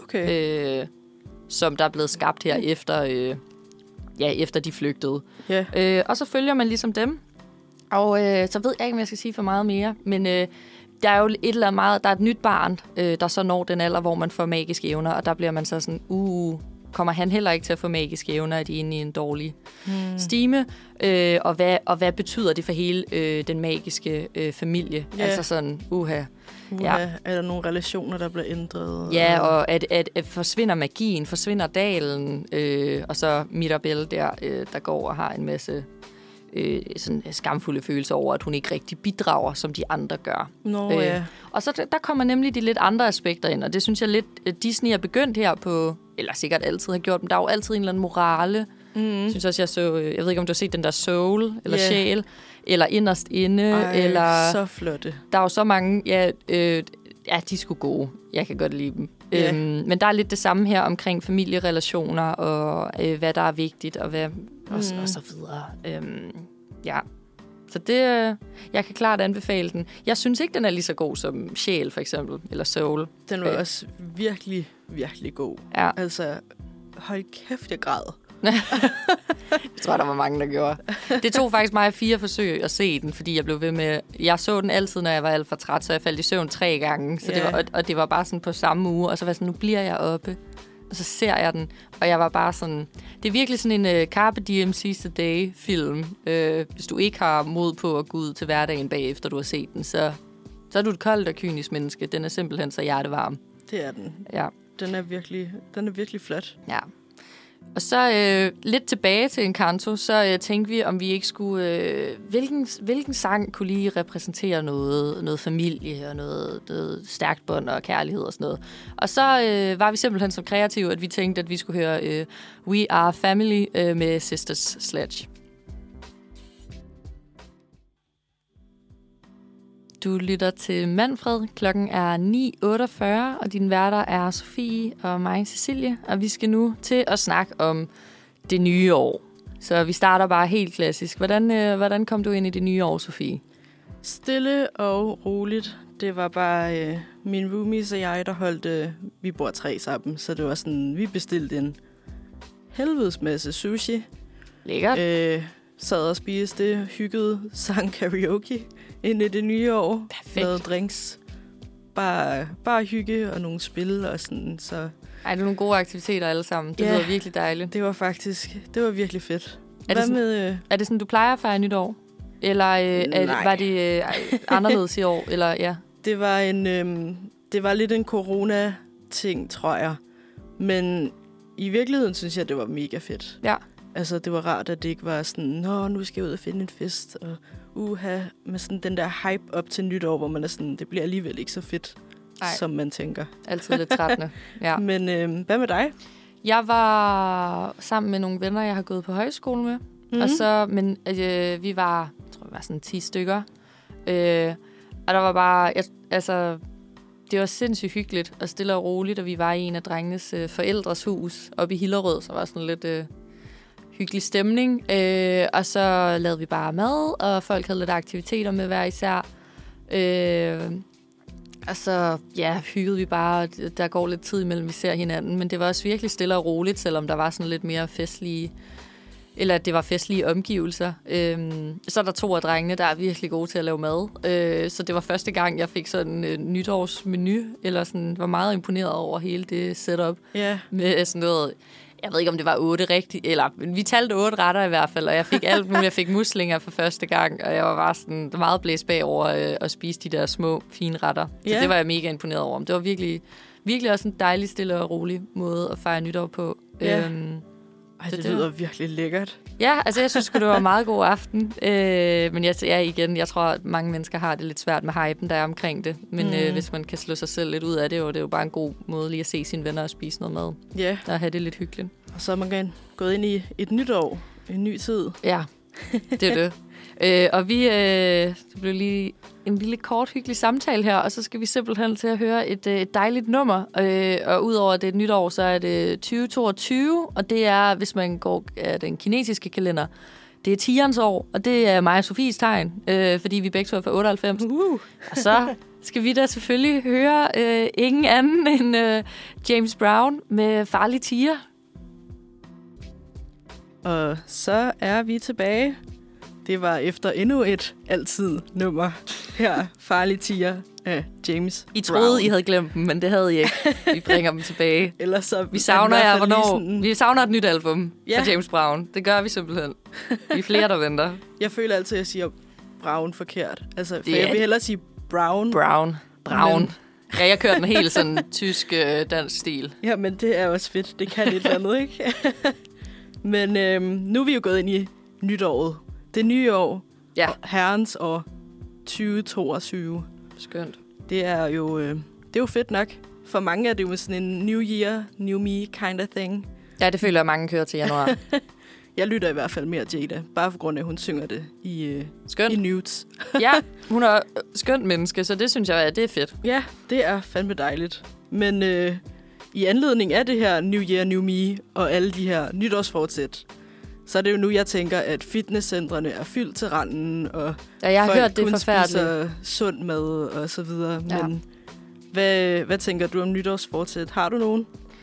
som der er blevet skabt her efter de flygtede. Yeah. Og så følger man ligesom dem. Og så ved jeg ikke, om jeg skal sige for meget mere, men der er jo et eller andet meget, der er et nyt barn, der så når den alder, hvor man får magiske evner, og der bliver man så sådan, kommer han heller ikke til at få magiske evner, at de er inde i en dårlig stime, og hvad betyder det for hele den magiske familie? Yeah. Altså sådan, er der nogle relationer, der bliver ændret? Ja, og at forsvinder magien, forsvinder dalen, og så Mirabel der går og har en masse sådan skamfulde følelser over, at hun ikke rigtig bidrager, som de andre gør. Og så der kommer nemlig de lidt andre aspekter ind, og det synes jeg lidt, Disney er begyndt her på, eller sikkert altid har gjort, men der er jo altid en eller anden morale. Jeg synes også, jeg ved ikke, om du har set den der Soul, eller Sjæl, eller Inderst Inde, eller... så flotte. Der er jo så mange, de er sgu gode. Jeg kan godt lide dem. Men der er lidt det samme her omkring familierelationer, og hvad der er vigtigt, og hvad... Og så videre. Så det... jeg kan klart anbefale den. Jeg synes ikke, den er lige så god som Sjæl, for eksempel, eller Soul. Den var også virkelig, virkelig god. Ja. Altså, hold kæft, jeg græd. Det tror jeg, der var mange, der gjorde. Det tog faktisk mig 4 forsøg at se den, fordi jeg blev ved med... Jeg så den altid, når jeg var alt for træt, så jeg faldt i søvn 3 gange. Så det var, og det var bare sådan på samme uge, og så var jeg sådan, nu bliver jeg oppe. Og så ser jeg den, og jeg var bare sådan... Det er virkelig sådan en Carpe Diem Seize the Day-film. Hvis du ikke har mod på at gå ud til hverdagen bagefter, du har set den, så er du et koldt og kynisk menneske. Den er simpelthen så hjertevarm. Det er den. Ja. Den er virkelig flot. Ja. Og så lidt tilbage til Encanto, så tænkte vi, om vi ikke skulle... hvilken sang kunne lige repræsentere noget familie og noget stærkt bånd og kærlighed og sådan noget. Og så var vi simpelthen så kreative, at vi tænkte, at vi skulle høre We Are Family med Sisters Sledge. Du lytter til Manfred. Klokken er 9:48, og dine værter er Sofie og mig, Cecilie. Og vi skal nu til at snakke om det nye år. Så vi starter bare helt klassisk. Hvordan kom du ind i det nye år, Sofie? Stille og roligt. Det var bare min roomies og jeg, der holdt... vi bor 3 sammen, så det var sådan... Vi bestilte en helvedes masse sushi. Lækkert. Sad og spiste, hyggede, sang karaoke ind i det nye år. Perfekt. Lavede drinks. Bare hygge og nogle spil og sådan, så... Ej, det er nogle gode aktiviteter alle sammen. Det lyder virkelig dejligt. Det var virkelig fedt. Er det sådan, du plejer at fejre nytår? Eller var det anderledes i år? Eller, ja. Det var lidt en corona-ting, tror jeg. Men i virkeligheden synes jeg, det var mega fedt. Ja. Altså, det var rart, at det ikke var sådan, nu skal jeg ud og finde en fest, og med sådan den der hype op til nytår, hvor man er sådan, det bliver alligevel ikke så fedt, som man tænker. Altid lidt trættende. Ja. Men hvad med dig? Jeg var sammen med nogle venner, jeg har gået på højskole med. Mm-hmm. Og så, vi var, jeg tror, vi var sådan 10 stykker. Og der var bare, det var sindssygt hyggeligt og stille og roligt, og vi var i en af drengenes forældres hus oppe i Hillerød, så var sådan lidt... hyggelig stemning, og så lavede vi bare mad, og folk havde lidt aktiviteter med hver især. Og så hyggede vi bare, der går lidt tid imellem, vi ser hinanden, men det var også virkelig stille og roligt, selvom der var sådan lidt mere festlige, eller det var festlige omgivelser. Så er der 2 af drengene, der er virkelig gode til at lave mad, så det var første gang, jeg fik sådan en nytårsmenu, eller sådan, var meget imponeret over hele det setup, med sådan noget. Jeg ved ikke, om det var 8 rigtigt, eller vi talte 8 retter i hvert fald, og jeg fik alt muligt. Jeg fik muslinger for første gang, og jeg var bare sådan meget blæst bagover at spise de der små, fine retter. Så det var jeg mega imponeret over. Det var virkelig, virkelig også en dejlig, stille og rolig måde at fejre nytår på. Ja. Det lyder virkelig lækkert. Ja, altså jeg synes det var en meget god aften. Men jeg tror, at mange mennesker har det lidt svært med hypen, der er omkring det. Men hvis man kan slå sig selv lidt ud af det, og det er jo bare en god måde lige at se sine venner og spise noget mad. Ja. Og have det lidt hyggeligt. Og så er man gået ind i et nyt år, en ny tid. Ja, det er det. Og det blev lige en lille kort, hyggelig samtale her, og så skal vi simpelthen til at høre et dejligt nummer. Og udover at det er et nyt år, så er det 2022, og det er, hvis man går af den kinesiske kalender, det er tigerens år, og det er mig og Sofies tegn, fordi vi begge to er fra 98. Og så skal vi da selvfølgelig høre ingen anden end James Brown med Farlig Tiger. Og så er vi tilbage. Det var efter endnu et altid nummer her, Farlig Tiger af James I troede, Brown. I havde glemt dem, men det havde I ikke. Vi bringer dem tilbage. Ellers så vi savner Vi savner et nyt album fra James Brown. Det gør vi simpelthen. Vi er flere, der venter. Jeg føler altid, at jeg siger Brown forkert. Altså, for jeg vil hellere sige Brown. Brown. Ja, jeg kører den helt sådan tysk dansk stil. Ja, men det er også fedt. Det kan et eller andet, ikke? Men nu er vi jo gået ind i nytåret. Det nye år. Ja. Herrens år 2022. Skønt. Det er jo fedt nok. For mange er det jo sådan en new year, new me kind of thing. Ja, det føler jeg, mange kører til januar. Jeg lytter i hvert fald mere Jada. Bare for grund af, at hun synger det i nudes. Ja, hun er skønt menneske, så det synes jeg, det er fedt. Ja, det er fandme dejligt. Men i anledning af det her New Year, New Me og alle de her nytårsfortsæt, så er det jo nu, jeg tænker, at fitnesscentrene er fyldt til randen, og jeg har folk hørt, det kun spiser sund mad og så videre. Ja. Men hvad tænker du om nytårsfortsæt? Har du nogen?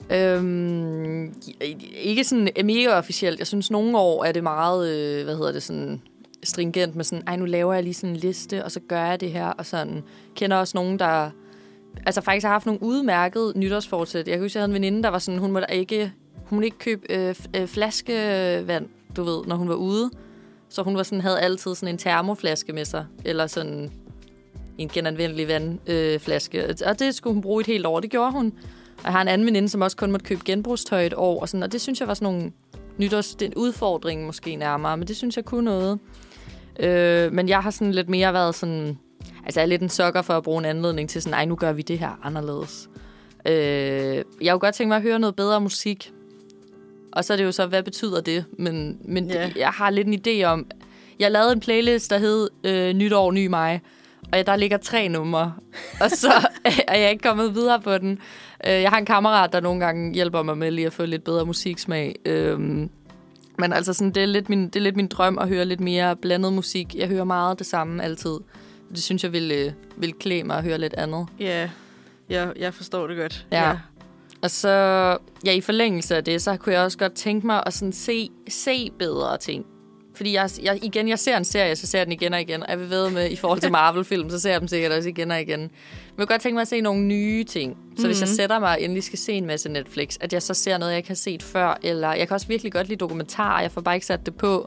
Ikke sådan mega officielt. Jeg synes, nogle år er det meget, sådan stringent med sådan, nu laver jeg lige sådan en liste, og så gør jeg det her, og sådan. Kender også nogen, der altså faktisk har haft nogle udmærkede nytårsfortsæt. Jeg kan huske, jeg havde en veninde, der var sådan, hun måtte ikke købe flaskevand, du ved, når hun var ude. Så hun var sådan, havde altid sådan en termoflaske med sig, eller sådan en genanvendelig vandflaske. Og det skulle hun bruge et helt år. Det gjorde hun. Og jeg har en anden veninde, som også kun måtte købe genbrugstøj et år. Og det synes jeg var sådan nogle det er en udfordring måske nærmere, men det synes jeg kunne noget. Men jeg har sådan lidt mere været sådan... Altså jeg er lidt en sokker for at bruge en anledning til sådan, nu gør vi det her anderledes. Jeg kunne godt tænke mig at høre noget bedre musik. Og så er det jo så, hvad betyder det? Men jeg har lidt en idé om... Jeg lavede en playlist, der hed Nytår, Ny Mig. Og der ligger 3 numre. Og så er jeg ikke kommet videre på den. Jeg har en kammerat, der nogle gange hjælper mig med lige at få lidt bedre musiksmag. Men altså sådan, det er lidt min drøm at høre lidt mere blandet musik. Jeg hører meget det samme altid. Det synes jeg vil klæde mig at høre lidt andet. Ja, jeg forstår det godt. Ja. Og så, i forlængelse af det, så kunne jeg også godt tænke mig at sådan se bedre ting. Fordi jeg ser en serie, så ser jeg den igen og igen. Og jeg vil ved med, i forhold til Marvel-film, så ser jeg dem sikkert også igen og igen. Men jeg kunne godt tænke mig at se nogle nye ting. Så hvis jeg sætter mig og endelig skal se en masse Netflix, at jeg så ser noget, jeg ikke har set før. Eller jeg kan også virkelig godt lide dokumentarer. Jeg får bare ikke sat det på.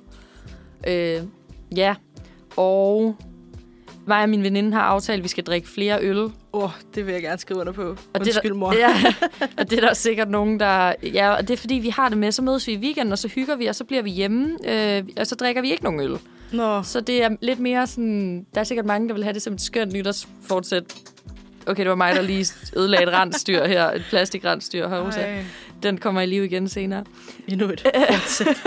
Og mig og min veninde har aftalt, at vi skal drikke flere øl. Det vil jeg gerne skrive under på. Undskyld, mor. Og det er der sikkert nogen, der... Ja, og det er fordi, vi har det med. Så mødes vi i weekenden, og så hygger vi, og så bliver vi hjemme. Og så drikker vi ikke nogen øl. Nå. Så det er lidt mere sådan... Der er sikkert mange, der vil have det som et skønt nytårsfortsæt. Okay, det var mig, der lige ødelagde et rensdyr her. Et plastikrensdyr her. Den kommer i liv igen senere. Endnu et fortsæt.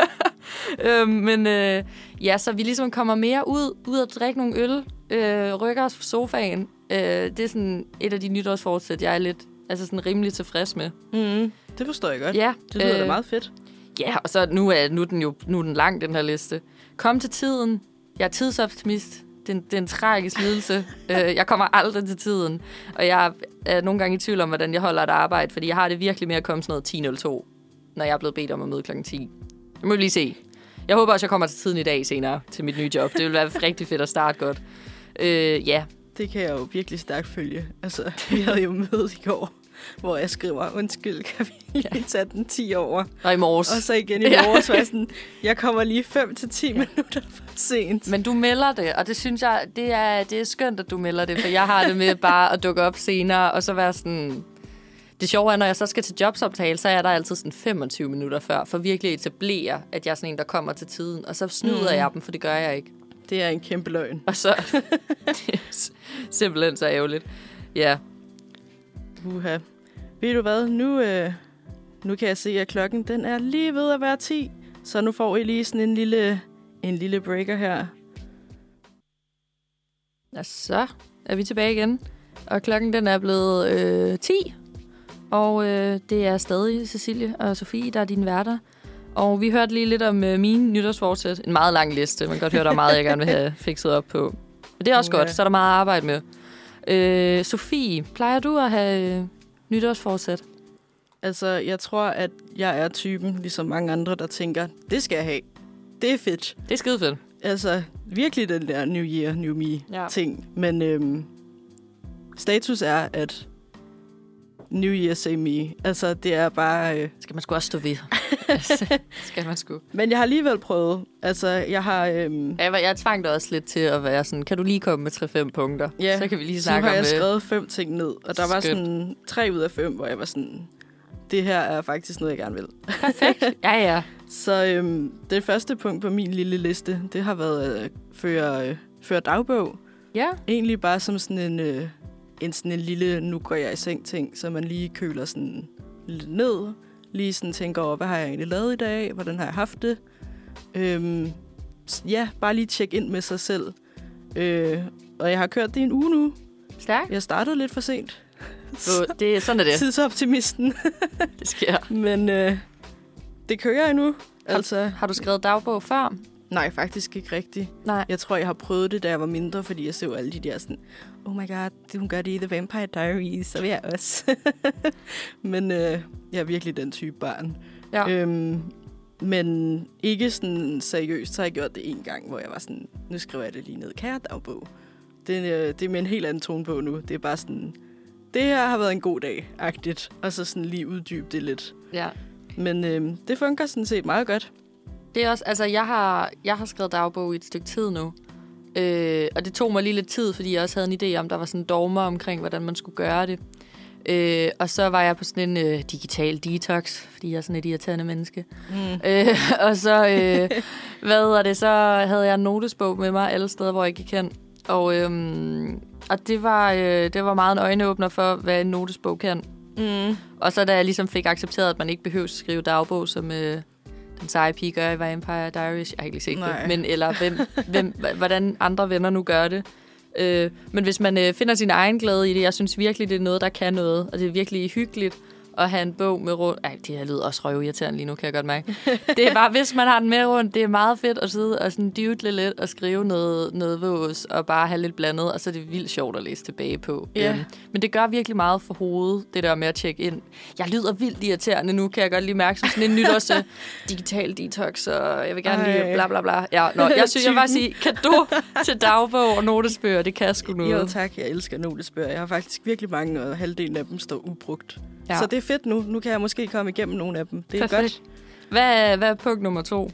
Så vi ligesom kommer mere ud og drikke nogle øl. Rykker os på sofaen. Det er sådan et af de nytårsfortsæt, jeg er lidt sådan rimelig tilfreds med. Det forstår jeg godt. Ja, det lyder da meget fedt. Ja, og så nu er den lang, den her liste. Kom til tiden. Jeg er tidsoptimist. Det er en tragisk lidelse. Jeg kommer aldrig til tiden. Og jeg er nogle gange i tvivl om, hvordan jeg holder et arbejde, fordi jeg har det virkelig med at komme sådan noget 10:02, når jeg er blevet bedt om at møde klokken 10. Det må vi lige se. Jeg håber også, jeg kommer til tiden i dag senere til mit nye job. Det vil være rigtig fedt at starte godt. Det kan jeg jo virkelig stærkt følge. Altså, vi havde jo mødet i går, hvor jeg skriver, undskyld, kan vi lige tage den 10 over? Og i morges. Og så igen i morges, så sådan, jeg kommer lige 5-10 minutter for sent. Men du melder det, og det synes jeg, det er skønt, at du melder det, for jeg har det med bare at dukke op senere, og så være sådan... Det sjove er, når jeg så skal til jobsoptale, så er der altid sådan 25 minutter før, for virkelig at etablere, at jeg er sådan en, der kommer til tiden. Og så snyder jeg dem, for det gør jeg ikke. Det er en kæmpe løgn. Og så... det er simpelthen så ærgerligt. Ja. Uha. Ved du hvad? Nu kan jeg se, at klokken den er lige ved at være 10. Så nu får I lige sådan en lille breaker her. Og så er vi tilbage igen. Og klokken den er blevet 10. Og det er stadig Cecilie og Sofie, der er dine værter. Og vi hørte lige lidt om mine nytårsfortsæt. En meget lang liste. Man kan godt høre, der er meget, jeg gerne vil have fikset op på. Men det er også godt, så er der meget at arbejde med. Sofie, plejer du at have nytårsfortsæt? Altså, jeg tror, at jeg er typen, ligesom mange andre, der tænker, det skal jeg have. Det er fedt. Det er skide fedt. Altså, virkelig den der New Year, New Me-ting. Men status er, at New Year, same me. Altså, det er bare... Skal man sgu også stå ved. Skal man sgu. Men jeg har alligevel prøvet. Altså, jeg har... Jeg tvang dig også lidt til at være sådan, kan du lige komme med 3-5 punkter? Ja, så kan vi lige snakke om det. Så har jeg skrevet 5 ting ned. Og der var sådan 3 ud af 5, hvor jeg var sådan... Det her er faktisk noget, jeg gerne vil. Perfekt. Ja. Så det første punkt på min lille liste, det har været at føre dagbog. Ja. Egentlig bare som sådan en lille, nu går jeg i seng ting, så man lige køler sådan lidt ned. Lige sådan tænker over, hvad har jeg egentlig lavet i dag? Hvordan har jeg haft det? Bare lige tjekke ind med sig selv. Og jeg har kørt det i en uge nu. Stærkt. Jeg startede lidt for sent. Det er sådan, er det. Tidsoptimisten. Det sker. Men det kører jeg nu. Har du skrevet dagbog før? Nej, faktisk ikke rigtigt. Nej. Jeg tror, jeg har prøvet det, da jeg var mindre, fordi jeg så alle de der sådan, oh my god, hun gør det i The Vampire Diaries, så vil jeg også. Men jeg er virkelig den type barn. Ja. Men ikke sådan seriøst, så har jeg gjort det en gang, hvor jeg var sådan, nu skriver jeg det lige ned. Kære dagbog. Det er med en helt anden tone på nu. Det er bare sådan, det her har været en god dag-agtigt. Og så sådan lige uddybe det lidt. Ja. Men det fungerer sådan set meget godt. Det er også, altså jeg har skrevet dagbog i et stykke tid nu. Og det tog mig lige lidt tid, fordi jeg også havde en idé om, der var sådan dogmer omkring, hvordan man skulle gøre det. Og så var jeg på sådan en digital detox, fordi jeg er sådan et irriterende menneske. Og så, så havde jeg en notesbog med mig alle steder, hvor jeg gik hen. Og det var meget en øjenåbner for, hvad en notesbog kan. Og så da jeg ligesom fik accepteret, at man ikke behøver at skrive dagbog, som den seje pige gør i Vampire Diaries. Jeg har ikke lige set det. Men, eller hvordan andre venner nu gør det. Men hvis man finder sin egen glæde i det, jeg synes virkelig, det er noget, der kan noget. Og det er virkelig hyggeligt at have en bog med rundt. Ej, det her lyder også røvirriterende lige nu, kan jeg godt mærke. Det er bare, hvis man har den med rundt, det er meget fedt at sidde og sådan dudle lidt og skrive noget vås og bare have lidt blandet, og så er det vildt sjovt at læse tilbage på. Yeah. Men det gør virkelig meget for hovedet, det der med at tjekke ind. Jeg lyder vildt irriterende nu, kan jeg godt lige mærke, som sådan en nytårs digital detox, og jeg vil gerne lige bla bla bla. Ja, jeg synes, jeg vil bare sige, cadeau til dagbog og notesbøger, det kan sgu noget. Jo tak, jeg elsker notesbøger. Jeg har faktisk virkelig mange, og halvdelen af dem står ubrugt. Ja. Så det er fedt nu. Nu kan jeg måske komme igennem nogle af dem. Det er perfekt. godt. Hvad er punkt nummer 2?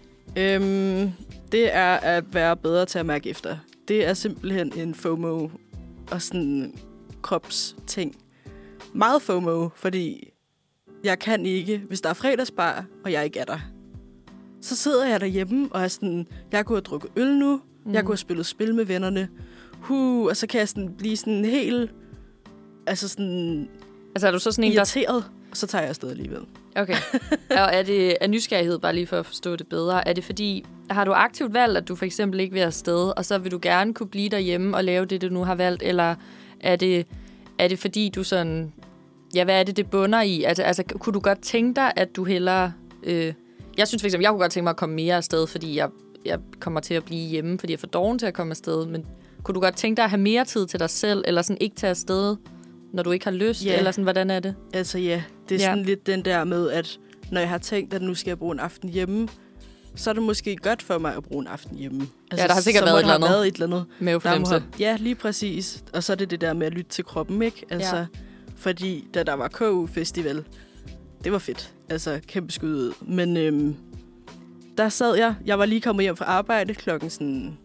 Det er at være bedre til at mærke efter. Det er simpelthen en FOMO og sådan kropsting. Meget FOMO, fordi jeg kan ikke, hvis der er fredagsbar, og jeg ikke er der. Så sidder jeg derhjemme og er sådan, jeg kunne have drukket øl nu, jeg kunne have spillet spil med vennerne, og så kan jeg sådan blive sådan helt, altså sådan... Altså er du så sådan en, irriteret, og så tager jeg afsted alligevel. Okay. Og er det af nysgerrighed, bare lige for at forstå det bedre, er det fordi, har du aktivt valgt, at du for eksempel ikke vil afsted, og så vil du gerne kunne blive derhjemme og lave det, du nu har valgt, eller er det fordi, du sådan... Ja, hvad er det bunder i? Altså kunne du godt tænke dig, at du hellere... Jeg synes for eksempel, jeg kunne godt tænke mig at komme mere afsted, fordi jeg kommer til at blive hjemme, fordi jeg er for doven til at komme afsted, men kunne du godt tænke dig at have mere tid til dig selv, eller sådan ikke tage afsted, når du ikke har lyst, eller sådan, hvordan er det? Altså ja, det er sådan lidt den der med, at når jeg har tænkt, at nu skal jeg bruge en aften hjemme, så er det måske godt for mig at bruge en aften hjemme. Altså, ja, der har sikkert været et eller andet. Mavefornemmelse. Ja, lige præcis. Og så er det der med at lytte til kroppen, ikke? Altså, fordi da der var KU-festival, det var fedt. Altså, kæmpe skud ud. Men der sad jeg var lige kommet hjem fra arbejde klokken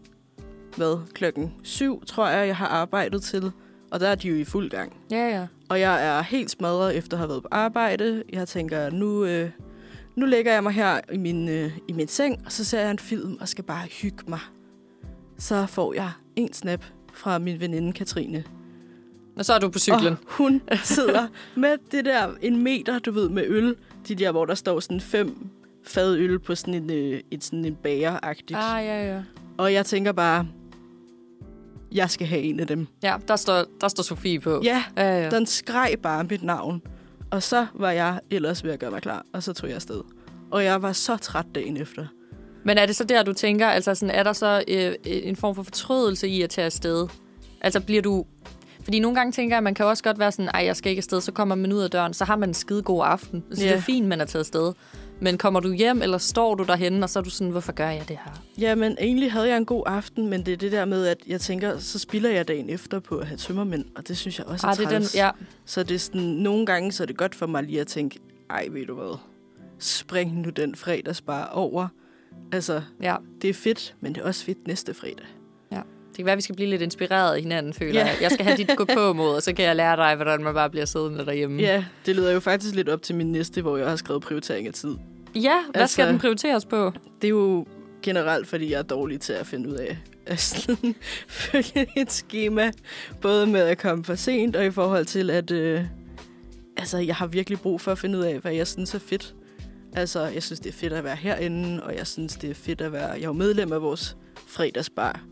7, tror jeg har arbejdet til. Og der er de jo i fuld gang. Ja. Og jeg er helt smadret efter at have været på arbejde. Jeg tænker, nu lægger jeg mig her i min seng, og så ser jeg en film og skal bare hygge mig. Så får jeg en snap fra min veninde Katrine. Og så er du på cyklen. Og hun sidder med det der 1 meter, du ved, med øl. De der, hvor der står sådan 5 fadøl på sådan en bager-agtigt. Ja. Og jeg tænker bare... Jeg skal have en af dem. Ja, der står Sofie på. Ja, den skreg bare mit navn. Og så var jeg ellers ved at gøre mig klar, og så tog jeg afsted. Og jeg var så træt dagen efter. Men er det så der, du tænker, altså sådan, er der så en form for fortrydelse i at tage afsted? Altså bliver du... Fordi nogle gange tænker jeg, at man kan også godt være sådan, ej, jeg skal ikke afsted, så kommer man ud af døren, så har man en skide god aften. Så det er fint, man er taget afsted. Men kommer du hjem, eller står du derhenne, og så er du sådan, hvorfor gør jeg det her? Ja, men egentlig havde jeg en god aften, men det er det der med, at jeg tænker, så spilder jeg dagen efter på at have tømmermænd, og det synes jeg også er træls. Så det er sådan, nogle gange så er det godt for mig lige at tænke, ej, ved du hvad, spring nu den fredagsbar over. Altså, det er fedt, men det er også fedt næste fredag. Ja. Det kan være, at vi skal blive lidt inspireret af hinanden, føler jeg. Jeg skal have dit gå på mod, og så kan jeg lære dig, hvordan man bare bliver siddende derhjemme. Ja, det leder jo faktisk lidt op til min næste, hvor jeg har skrevet prioritering af tid. Ja, hvad skal den prioriteres på? Det er jo generelt, fordi jeg er dårlig til at finde ud af at følge et schema. Både med at komme for sent, og i forhold til, at jeg har virkelig brug for at finde ud af, hvad jeg synes er fedt. Altså, jeg synes, det er fedt at være herinde, og jeg synes, det er fedt at være... Jeg er jo medlem af vores fredagsbar.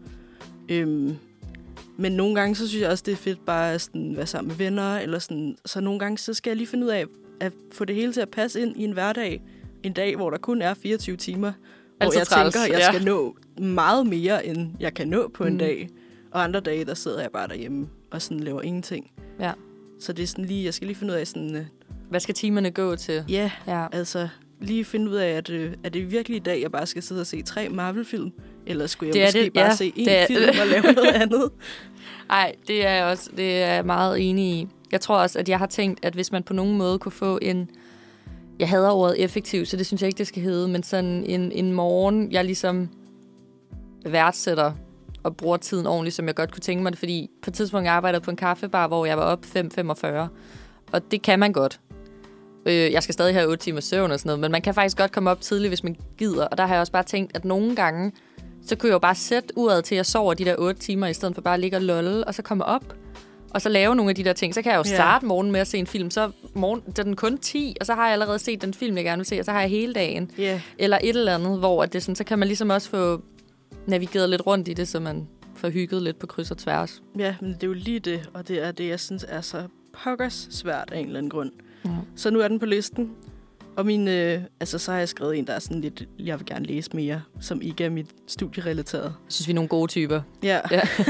Men nogle gange, så synes jeg også, det er fedt bare at sådan, være sammen med venner, eller sådan. Så nogle gange, så skal jeg lige finde ud af at få det hele til at passe ind i en hverdag. En dag, hvor der kun er 24 timer, hvor jeg træls. tænker, at jeg skal nå meget mere, end jeg kan nå på en dag. Og andre dage, der sidder jeg bare derhjemme og sådan laver ingenting. Ja. Så det er sådan lige, jeg skal lige finde ud af sådan... Hvad skal timerne gå til? Ja, Ja. altså lige finde ud af, at er det virkelig i dag, jeg bare skal sidde og se 3 Marvel-film? Eller skulle jeg måske bare se én film og lave noget andet? Nej, det er jeg meget enig i. Jeg tror også, at jeg har tænkt, at hvis man på nogen måde kunne få en... Jeg hader ordet effektiv, så det synes jeg ikke, det skal hedde, men sådan en morgen, jeg ligesom værdsætter og bruger tiden ordentligt, som jeg godt kunne tænke mig det, fordi på et tidspunkt jeg arbejdede på en kaffebar, hvor jeg var op 5:45, og det kan man godt. Jeg skal stadig have 8 timer søvn og sådan noget, men man kan faktisk godt komme op tidligt, hvis man gider, og der har jeg også bare tænkt, at nogle gange, så kunne jeg jo bare sætte uret til, at jeg sover de der 8 timer, i stedet for bare at ligge og lolle, og så komme op, og så lave nogle af de der ting. Så kan jeg jo starte morgenen med at se en film, så er den kun 10, og så har jeg allerede set den film, jeg gerne vil se, og så har jeg hele dagen. Yeah. Eller et eller andet, hvor det sådan, så kan man ligesom også få navigeret lidt rundt i det, så man får hygget lidt på kryds og tværs. Ja, men det er jo lige det, og det er det, jeg synes er så pokkers svært af en eller anden grund. Så nu er den på listen, og så har jeg skrevet en, der er sådan lidt, jeg vil gerne læse mere, som ikke er mit studierelateret. Jeg synes, vi er nogle gode typer. Ja.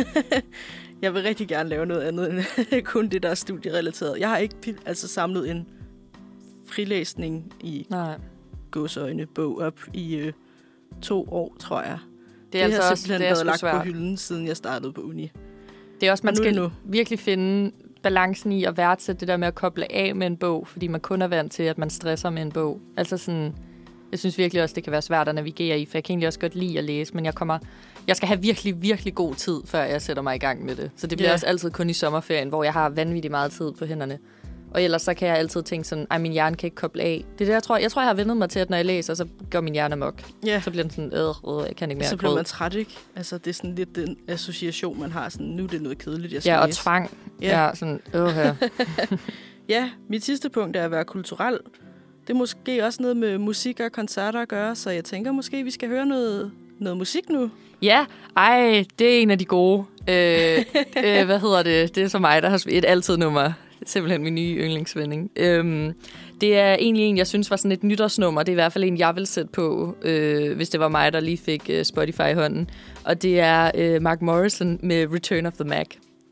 Jeg vil rigtig gerne lave noget andet end kun det, der er studierelateret. Jeg har ikke samlet en frilæsning i gåseøjne bog op i 2 år, tror jeg. Det altså har også simpelthen været lagt på hylden, siden jeg startede på uni. Det er også, man skal virkelig finde balancen i at værdsætte det der med at koble af med en bog, fordi man kun er vant til, at man stresser med en bog. Altså sådan, jeg synes virkelig også, det kan være svært at navigere i, for jeg kan egentlig også godt lide at læse, men jeg skal have virkelig, virkelig god tid, før jeg sætter mig i gang med det. Så det bliver også altid kun i sommerferien, hvor jeg har vanvittigt meget tid på hænderne. Og ellers så kan jeg altid tænke sådan, min hjerne kan ikke koble af. Det er det, jeg tror, jeg har vendet mig til, at når jeg læser, så går min hjerne amok. Yeah. Så bliver den sådan, jeg kan ikke mere. Så bliver man træt, ikke? Altså, det er sådan lidt den association, man har. Sådan, nu er det noget kedeligt, jeg skal læse. læse. Tvang. Ja, sådan, her. Ja, mit sidste punkt er at være kulturel. Det er måske også noget med musik og koncerter at gøre, så jeg tænker måske, vi skal høre noget musik nu. Ja, det er en af de gode. Hvad hedder det? Det er så mig, der har et altid-nummer. Simpelthen min nye yndlingsvending. Det er egentlig en, jeg synes var sådan et nytårsnummer. Det er i hvert fald en, jeg vil sætte på, hvis det var mig, der lige fik Spotify i hånden. Og det er Mark Morrison med Return of the Mac.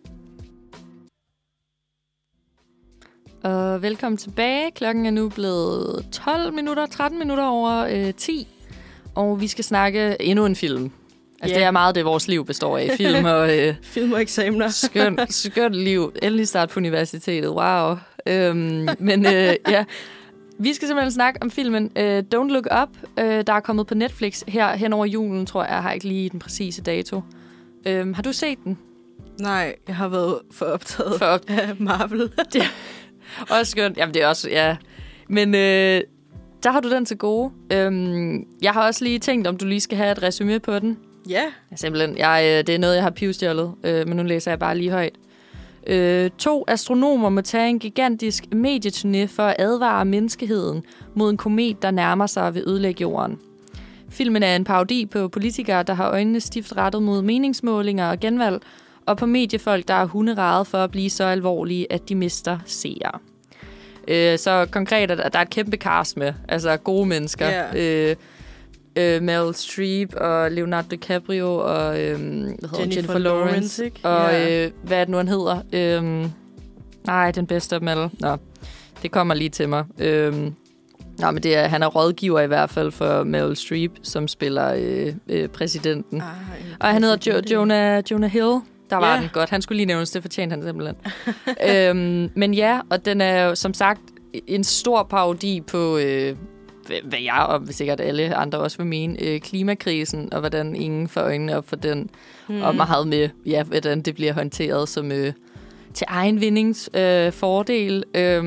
Og velkommen tilbage. Klokken er nu blevet 13 minutter over 10. Og vi skal snakke endnu en film. Altså, det er meget det, vores liv består af. Film og... film og eksamener. skønt liv. Endelig start på universitetet. Wow. Vi skal simpelthen snakke om filmen Don't Look Up, der er kommet på Netflix her hen over julen, tror jeg. Jeg har ikke lige den præcise dato. Har du set den? Nej, jeg har været for optaget af Marvel. Ja. Også skønt. Jamen, det er også... Ja. Men... der har du den til gode. Jeg har også lige tænkt, om du lige skal have et resume på den. Ja. Simpelthen. Det er noget, jeg har pivstjålet, men nu læser jeg bare lige højt. 2 astronomer må tage en gigantisk medieturné for at advare menneskeheden mod en komet, der nærmer sig ved ødelægge jorden. Filmen er en parodi på politikere, der har øjnene stift rettet mod meningsmålinger og genvalg, og på mediefolk, der er hunderade for at blive så alvorlige, at de mister seere. Så konkret, at der er et kæmpe cast med, altså gode mennesker. Yeah. Meryl Streep og Leonardo DiCaprio og Jennifer Lawrence. Og hvad er det nu, han hedder? Den bedste af dem alle. Nå, det kommer lige til mig. Men han er rådgiver i hvert fald for Meryl Streep, som spiller præsidenten. Og han hedder Jonah Hill. Der var den godt. Han skulle lige nævnes, det fortjente han simpelthen. Men ja, og den er jo som sagt en stor parodi på, hvad jeg og sikkert alle andre også vil mene, klimakrisen, og hvordan ingen får øjnene op for den, og meget med, hvordan det bliver håndteret som til egen vindings fordel.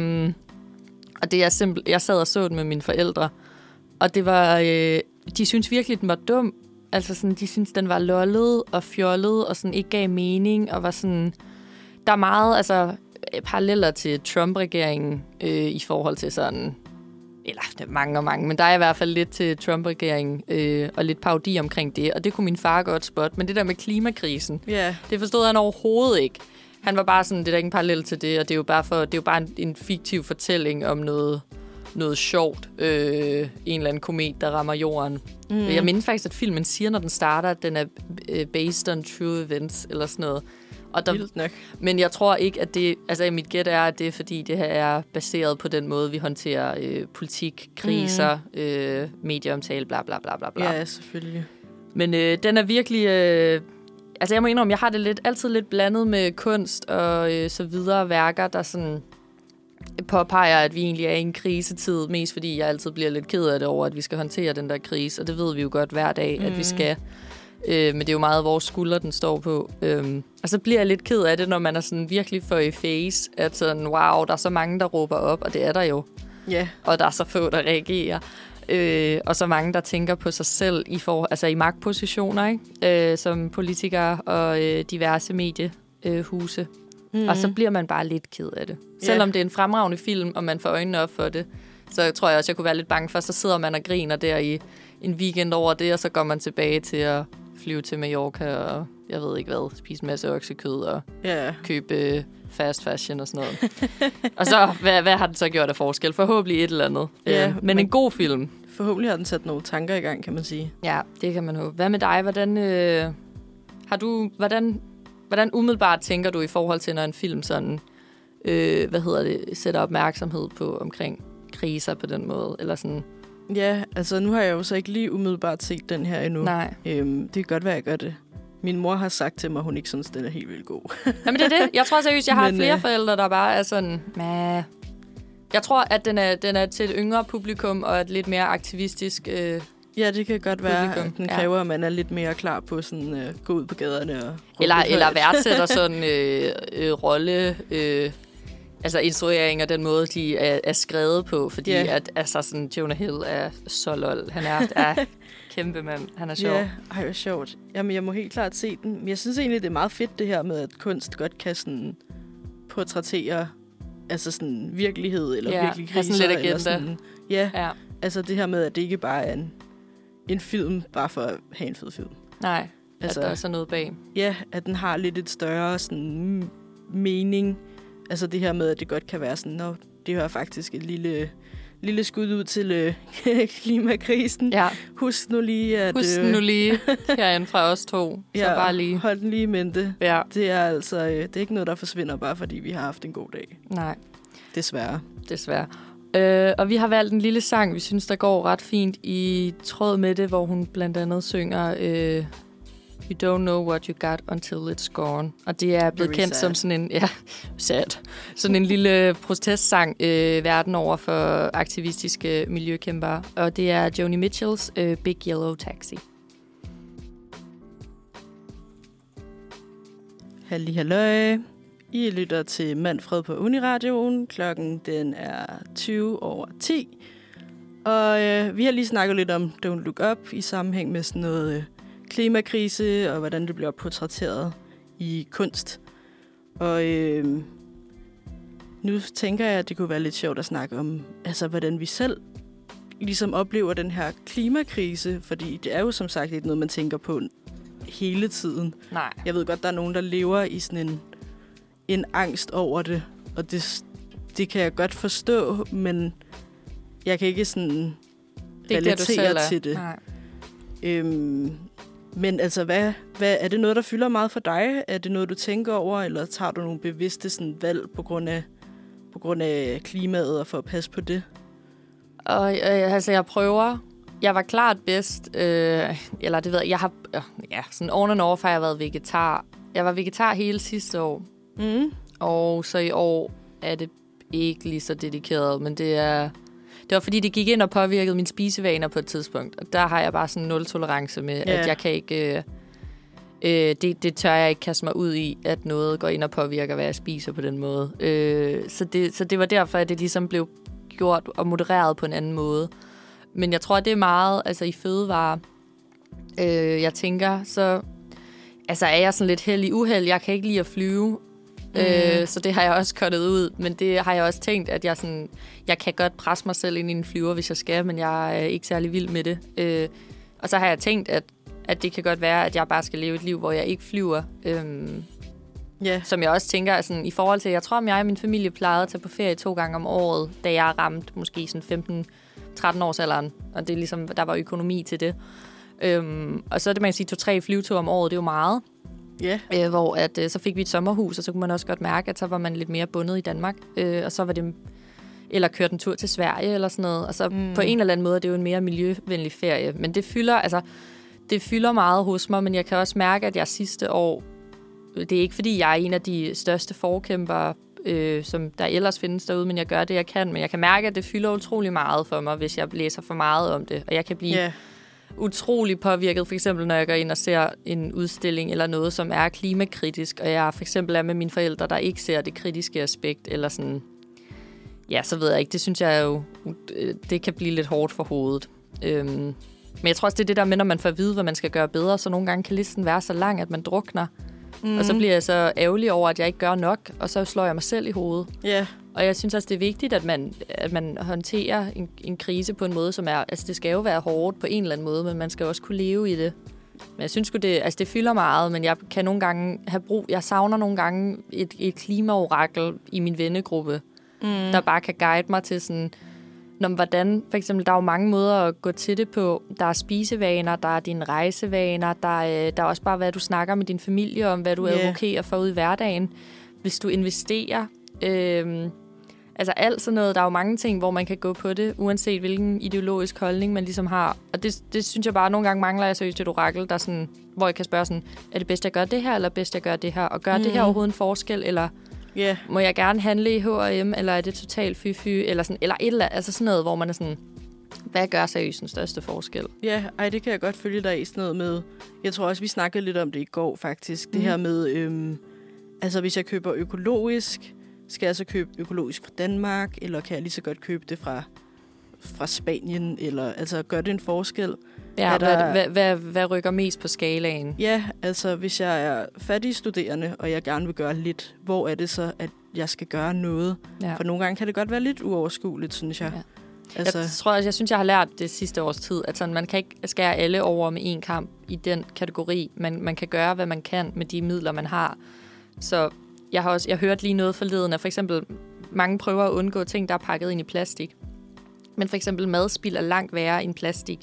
Og det er simpelt. Jeg sad og så den med mine forældre, og det var, de synes virkelig, den var dum. Altså sådan, de synes, den var lollet og fjollet, og sådan ikke gav mening, og var sådan... Der er meget, paralleller til Trump-regeringen i forhold til sådan... Eller, det er mange, men der er i hvert fald lidt til Trump-regeringen, og lidt parodi omkring det, og det kunne min far godt spotte. Men det der med klimakrisen, det forstod han overhovedet ikke. Han var bare sådan, det er der ingen parallel til det, og det er jo bare en fiktiv fortælling om noget noget sjovt. En eller anden komet, der rammer jorden. Jeg mindes faktisk, at filmen siger, når den starter, at den er based on true events, eller sådan noget. Og Vildt nok. Men jeg tror ikke, at det... Altså, mit gæt er, at det er, fordi det her er baseret på den måde, vi håndterer politik, kriser, medieomtale, bla bla bla bla bla. Ja, selvfølgelig. Men den er virkelig... altså, jeg må indrømme, jeg har det altid lidt blandet med kunst og så videre værker, der sådan påpeger, at vi egentlig er i en krisetid, mest fordi jeg altid bliver lidt ked af det over, at vi skal håndtere den der krise, og det ved vi jo godt hver dag, at vi skal. Men det er jo meget vores skuldre, den står på. Og så bliver jeg lidt ked af det, når man er sådan virkelig for i face, at sådan, wow, der er så mange, der råber op, og det er der jo. Ja. Og der er så få, der reagerer. Og så mange, der tænker på sig selv i magtpositioner, ikke? Som politikere og diverse mediehuse. Og så bliver man bare lidt ked af det. Selvom det er en fremragende film, og man får øjnene op for det, så tror jeg også, jeg kunne være lidt bange for, så sidder man og griner der i en weekend over det, og så går man tilbage til at flyve til Mallorca og jeg ved ikke hvad, spise en masse oksekød og købe fast fashion og sådan noget. Og så, hvad har den så gjort af forskel? Forhåbentlig et eller andet. Men en god film. Forhåbentlig har den sat nogle tanker i gang, kan man sige. Ja, det kan man håbe. Hvad med dig? Hvordan umiddelbart tænker du i forhold til, når en film sådan, sætter opmærksomhed på omkring kriser på den måde? Eller sådan? Ja, altså nu har jeg jo så ikke lige umiddelbart set den her endnu. Nej. Det kan godt være, jeg gør det. Min mor har sagt til mig, at hun ikke synes, den er helt vildt god. Jamen det er det. Jeg tror seriøst, jeg har flere forældre, der bare er sådan, meh. Jeg tror, at den er til et yngre publikum og et lidt mere aktivistisk ja, det kan godt være, publikum. At den kræver, at man er lidt mere klar på sådan gå ud på gaderne og eller værdsætter sådan rolle... altså instruering og den måde, de er skrevet på, fordi at altså sådan Jonah Hill er så lol. Han er kæmpe mand. Han er sjov. Ja, ej, hvor sjovt. Jamen, jeg må helt klart se den. Men jeg synes egentlig, det er meget fedt det her med, at kunst godt kan sådan portrættere altså sådan virkelighed eller virkelig kriser. Sådan lidt agenda. Eller sådan, ja, altså det her med, at det ikke bare er en film, bare for at have en fed film. Nej, altså, at der er sådan noget bag. Ja, at den har lidt et større sådan mening. Altså det her med, at det godt kan være sådan, det har faktisk et lille skud ud til klimakrisen. Ja. Husk nu lige, herinde fra os to. Så bare lige. Hold den lige i mente. Ja. Det er altså, det er ikke noget, der forsvinder, bare fordi vi har haft en god dag. Nej. Desværre. Og vi har valgt en lille sang, vi synes, der går ret fint i tråd med det, hvor hun blandt andet synger... You don't know what you got until it's gone. Og det er blevet kendt som sådan en... Ja, sådan en lille protestsang verden over for aktivistiske miljøkæmpere. Og det er Joni Mitchells Big Yellow Taxi. Halløj. I lytter til Manfred på Uniradioen. Klokken den er 20:10. Og vi har lige snakket lidt om Don't Look Up i sammenhæng med sådan noget... klimakrise, og hvordan det bliver portrætteret i kunst. Og nu tænker jeg, at det kunne være lidt sjovt at snakke om, altså hvordan vi selv ligesom oplever den her klimakrise, fordi det er jo som sagt ikke noget, man tænker på hele tiden. Nej. Jeg ved godt, der er nogen, der lever i sådan en angst over det, og det kan jeg godt forstå, men jeg kan ikke sådan relatere til det. Nej. Men altså, hvad er det noget, der fylder meget for dig? Er det noget, du tænker over, eller tager du nogle bevidste sådan, valg på grund af klimaet og for at passe på det? Og jeg prøver. Jeg var klart bedst, eller det ved jeg har sådan on and off har jeg været vegetar. Jeg var vegetar hele sidste år, og så i år er det ikke lige så dedikeret, men det var fordi, det gik ind og påvirkede mine spisevaner på et tidspunkt. Og der har jeg bare sådan nul tolerance med, at jeg kan ikke... det tør jeg ikke kaste mig ud i, at noget går ind og påvirker, hvad jeg spiser på den måde. Så det var derfor, at det ligesom blev gjort og modereret på en anden måde. Men jeg tror, at det er meget altså i fødevarer. Jeg tænker, så altså, er jeg sådan lidt heldig uheld. Jeg kan ikke lide at flyve. Så det har jeg også cuttet ud, men det har jeg også tænkt, at jeg kan godt presse mig selv ind i en flyver, hvis jeg skal, men jeg er ikke særlig vild med det. Og så har jeg tænkt, at det kan godt være, at jeg bare skal leve et liv, hvor jeg ikke flyver. Ja. Som jeg også tænker, altså, i forhold til, jeg tror, at jeg og min familie plejede at tage på ferie 2 gange om året, da jeg ramte måske sådan 15-13 års alderen, og det er ligesom, der var økonomi til det. Og så er det, man kan sige, 2-3 flyveture om året, det er jo meget. Ja. Hvor så fik vi et sommerhus, og så kunne man også godt mærke, at så var man lidt mere bundet i Danmark. Og så var det, eller kørte en tur til Sverige eller sådan noget. Og så på en eller anden måde, det er jo en mere miljøvenlig ferie. Men det fylder meget hos mig, men jeg kan også mærke, at jeg sidste år, det er ikke fordi, jeg er en af de største forkæmpere, som der ellers findes derude, men jeg gør det, jeg kan. Men jeg kan mærke, at det fylder utrolig meget for mig, hvis jeg læser for meget om det. Og jeg kan blive utrolig påvirket, for eksempel når jeg går ind og ser en udstilling eller noget, som er klimakritisk, og jeg for eksempel er med mine forældre, der ikke ser det kritiske aspekt, eller sådan, ja, så ved jeg ikke, det synes jeg jo, det kan blive lidt hårdt for hovedet. Men jeg tror også, det er det der med, når man får at vide, hvad man skal gøre bedre, så nogle gange kan listen være så lang, at man drukner. Og så bliver jeg så ærgerlig over, at jeg ikke gør nok, og så slår jeg mig selv i hovedet. Ja. Og jeg synes også, det er vigtigt, at man håndterer en krise på en måde, som er... Altså, det skal jo være hårdt på en eller anden måde, men man skal også kunne leve i det. Men jeg synes det fylder meget, men jeg kan nogle gange have brug... Jeg savner nogle gange et klimaorakel i min vennegruppe, der bare kan guide mig til sådan... Hvordan, for eksempel, der er jo mange måder at gå til det på. Der er spisevaner, der er dine rejsevaner, der er også bare, hvad du snakker med din familie om, hvad du advokerer for ude i hverdagen. Hvis du investerer... altså alt sådan noget, der er jo mange ting, hvor man kan gå på det, uanset hvilken ideologisk holdning man ligesom har. Og det synes jeg bare, nogle gange mangler jeg seriøst et orakel, der sådan, hvor jeg kan spørge sådan, er det bedst, at gøre det her, eller bedst, at gøre det her? Og gør det her overhovedet en forskel, eller må jeg gerne handle i H&M, eller er det totalt fy-fy, eller sådan, eller et eller andet, altså sådan noget, hvor man er sådan, hvad gør seriøst den største forskel? Ja, det kan jeg godt følge dig i sådan noget med, jeg tror også, vi snakkede lidt om det i går faktisk, det her med, altså hvis jeg køber økologisk, skal jeg så købe økologisk fra Danmark, eller kan jeg lige så godt købe det fra Spanien, eller altså gør det en forskel? Ja, hvad rykker mest på skalaen? Ja, altså hvis jeg er fattig studerende, og jeg gerne vil gøre lidt, hvor er det så, at jeg skal gøre noget? Ja. For nogle gange kan det godt være lidt uoverskueligt, synes jeg. Ja. Altså, jeg synes, jeg har lært det sidste års tid, at sådan, man kan ikke skære alle over med en kamp i den kategori. Man kan gøre, hvad man kan med de midler, man har. Så jeg hørte lige noget forleden, at for eksempel mange prøver at undgå ting, der er pakket ind i plastik. Men for eksempel madspild er langt værre end plastik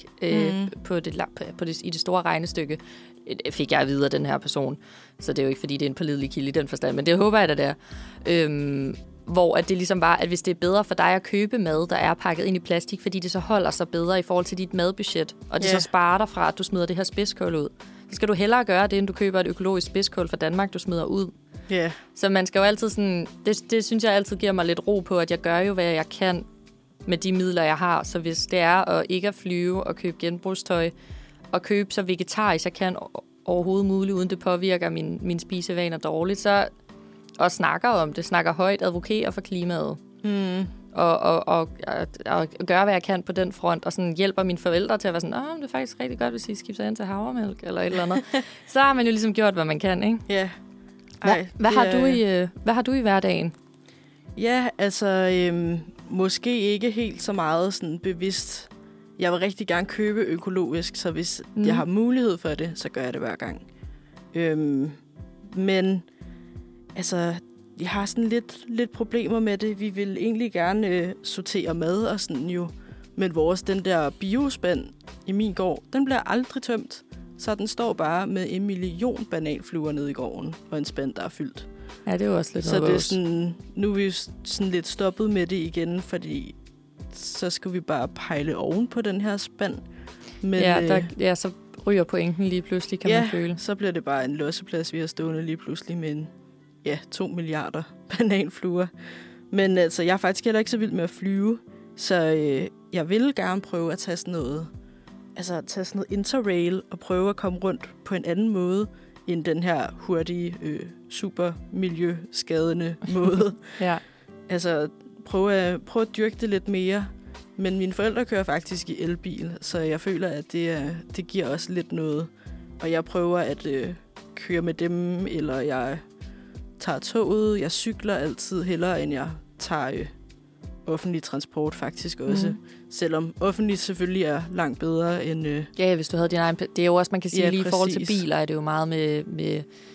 i det store regnestykke, fik jeg at vide af den her person. Så det er jo ikke, fordi det er en pålidelig kilde i den forstand, men det håber jeg, der hvor at det ligesom var, at hvis det er bedre for dig at købe mad, der er pakket ind i plastik, fordi det så holder sig bedre i forhold til dit madbudget, og det så sparer dig fra, at du smider det her spidskål ud, så skal du hellere gøre det, end du køber et økologisk spidskål fra Danmark, du smider ud. Yeah. Så man skal jo altid sådan, det synes jeg altid giver mig lidt ro på, at jeg gør jo, hvad jeg kan med de midler, jeg har. Så hvis det er at ikke at flyve og købe genbrugstøj, og købe så vegetarisk, jeg kan overhovedet muligt, uden det påvirker mine spisevaner dårligt, så og snakker højt, advokerer for klimaet. Og gøre, hvad jeg kan på den front, og sådan hjælper mine forældre til at være sådan, det er faktisk rigtig godt, hvis I skifter ind til havremælk, eller et eller andet. Så har man jo ligesom gjort, hvad man kan, ikke? Ja. Hvad har du i hverdagen? Ja, altså måske ikke helt så meget sådan bevidst. Jeg vil rigtig gerne købe økologisk, så hvis jeg har mulighed for det, så gør jeg det hver gang. Men altså, jeg har sådan lidt problemer med det. Vi vil egentlig gerne sortere mad og sådan jo. Men den der biospand i min gård, den bliver aldrig tømt. Så den står bare med 1 million bananfluer nede i gården, og en spand, der er fyldt. Ja, det er jo også lidt så det er sådan, nu er vi sådan lidt stoppet med det igen, fordi så skal vi bare pejle oven på den her spand. Men, så ryger pointen lige pludselig, kan man føle. Så bliver det bare en losseplads, vi har stående lige pludselig med 2 milliarder bananfluer. Men altså, jeg er faktisk heller ikke så vild med at flyve, så jeg vil gerne prøve at tage sådan noget interrail og prøve at komme rundt på en anden måde end den her hurtige, super miljøskadende måde. Ja. Altså, prøve at dyrke det lidt mere. Men mine forældre kører faktisk i elbil, så jeg føler, at det giver også lidt noget. Og jeg prøver at køre med dem, eller jeg tager toget. Jeg cykler altid hellere, end jeg tager offentlig transport faktisk også. Selvom offentligt selvfølgelig er langt bedre end... Ja, hvis du havde din egen... Det er jo også, man kan sige, lige i forhold til biler, er det jo meget med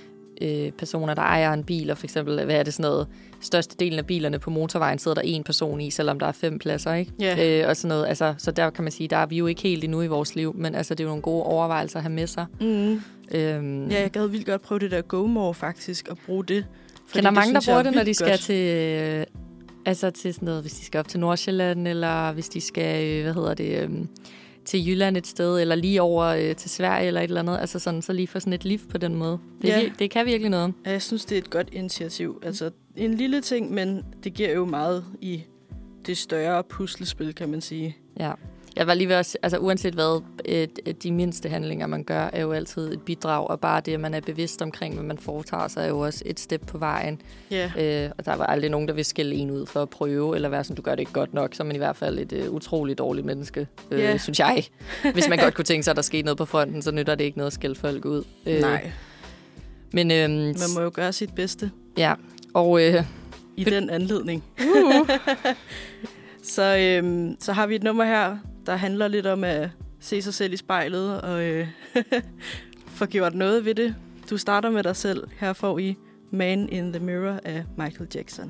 personer, der ejer en bil, og for eksempel, hvad er det sådan noget, størstedelen af bilerne på motorvejen sidder der en person i, selvom der er 5 pladser, ikke? Ja. Og sådan noget, altså, så der kan man sige, der er vi jo ikke helt endnu i vores liv, men altså, det er jo nogle gode overvejelser at have med sig. Ja, jeg gad vildt godt prøve det der GoMore faktisk, og bruge det. Kender mange, der bruger det, når de skal til, altså til sådan noget, hvis de skal op til Nordsjælland, eller hvis de skal, til Jylland et sted, eller lige over til Sverige, eller et eller andet, altså sådan, så lige få sådan et lift på den måde. Det kan virkelig noget. Ja, jeg synes, det er et godt initiativ. Altså, en lille ting, men det giver jo meget i det større puslespil, kan man sige. Ja. Jeg var lige ved at, altså uanset hvad, de mindste handlinger, man gør, er jo altid et bidrag, og bare det, at man er bevidst omkring, hvad man foretager sig, er jo også et step på vejen. Yeah. Og der var aldrig nogen, der vil skælde en ud for at prøve, eller være sådan, du gør det ikke godt nok, så er man i hvert fald et utroligt dårligt menneske, synes jeg. Hvis man godt kunne tænke sig, at der skete noget på fronten, så nytter det ikke noget at skælde folk ud. Nej. Men, man må jo gøre sit bedste. Ja, og... I den anledning. Så har vi et nummer her, der handler lidt om at se sig selv i spejlet og få gjort noget ved det. Du starter med dig selv. Her får I Man in the Mirror af Michael Jackson.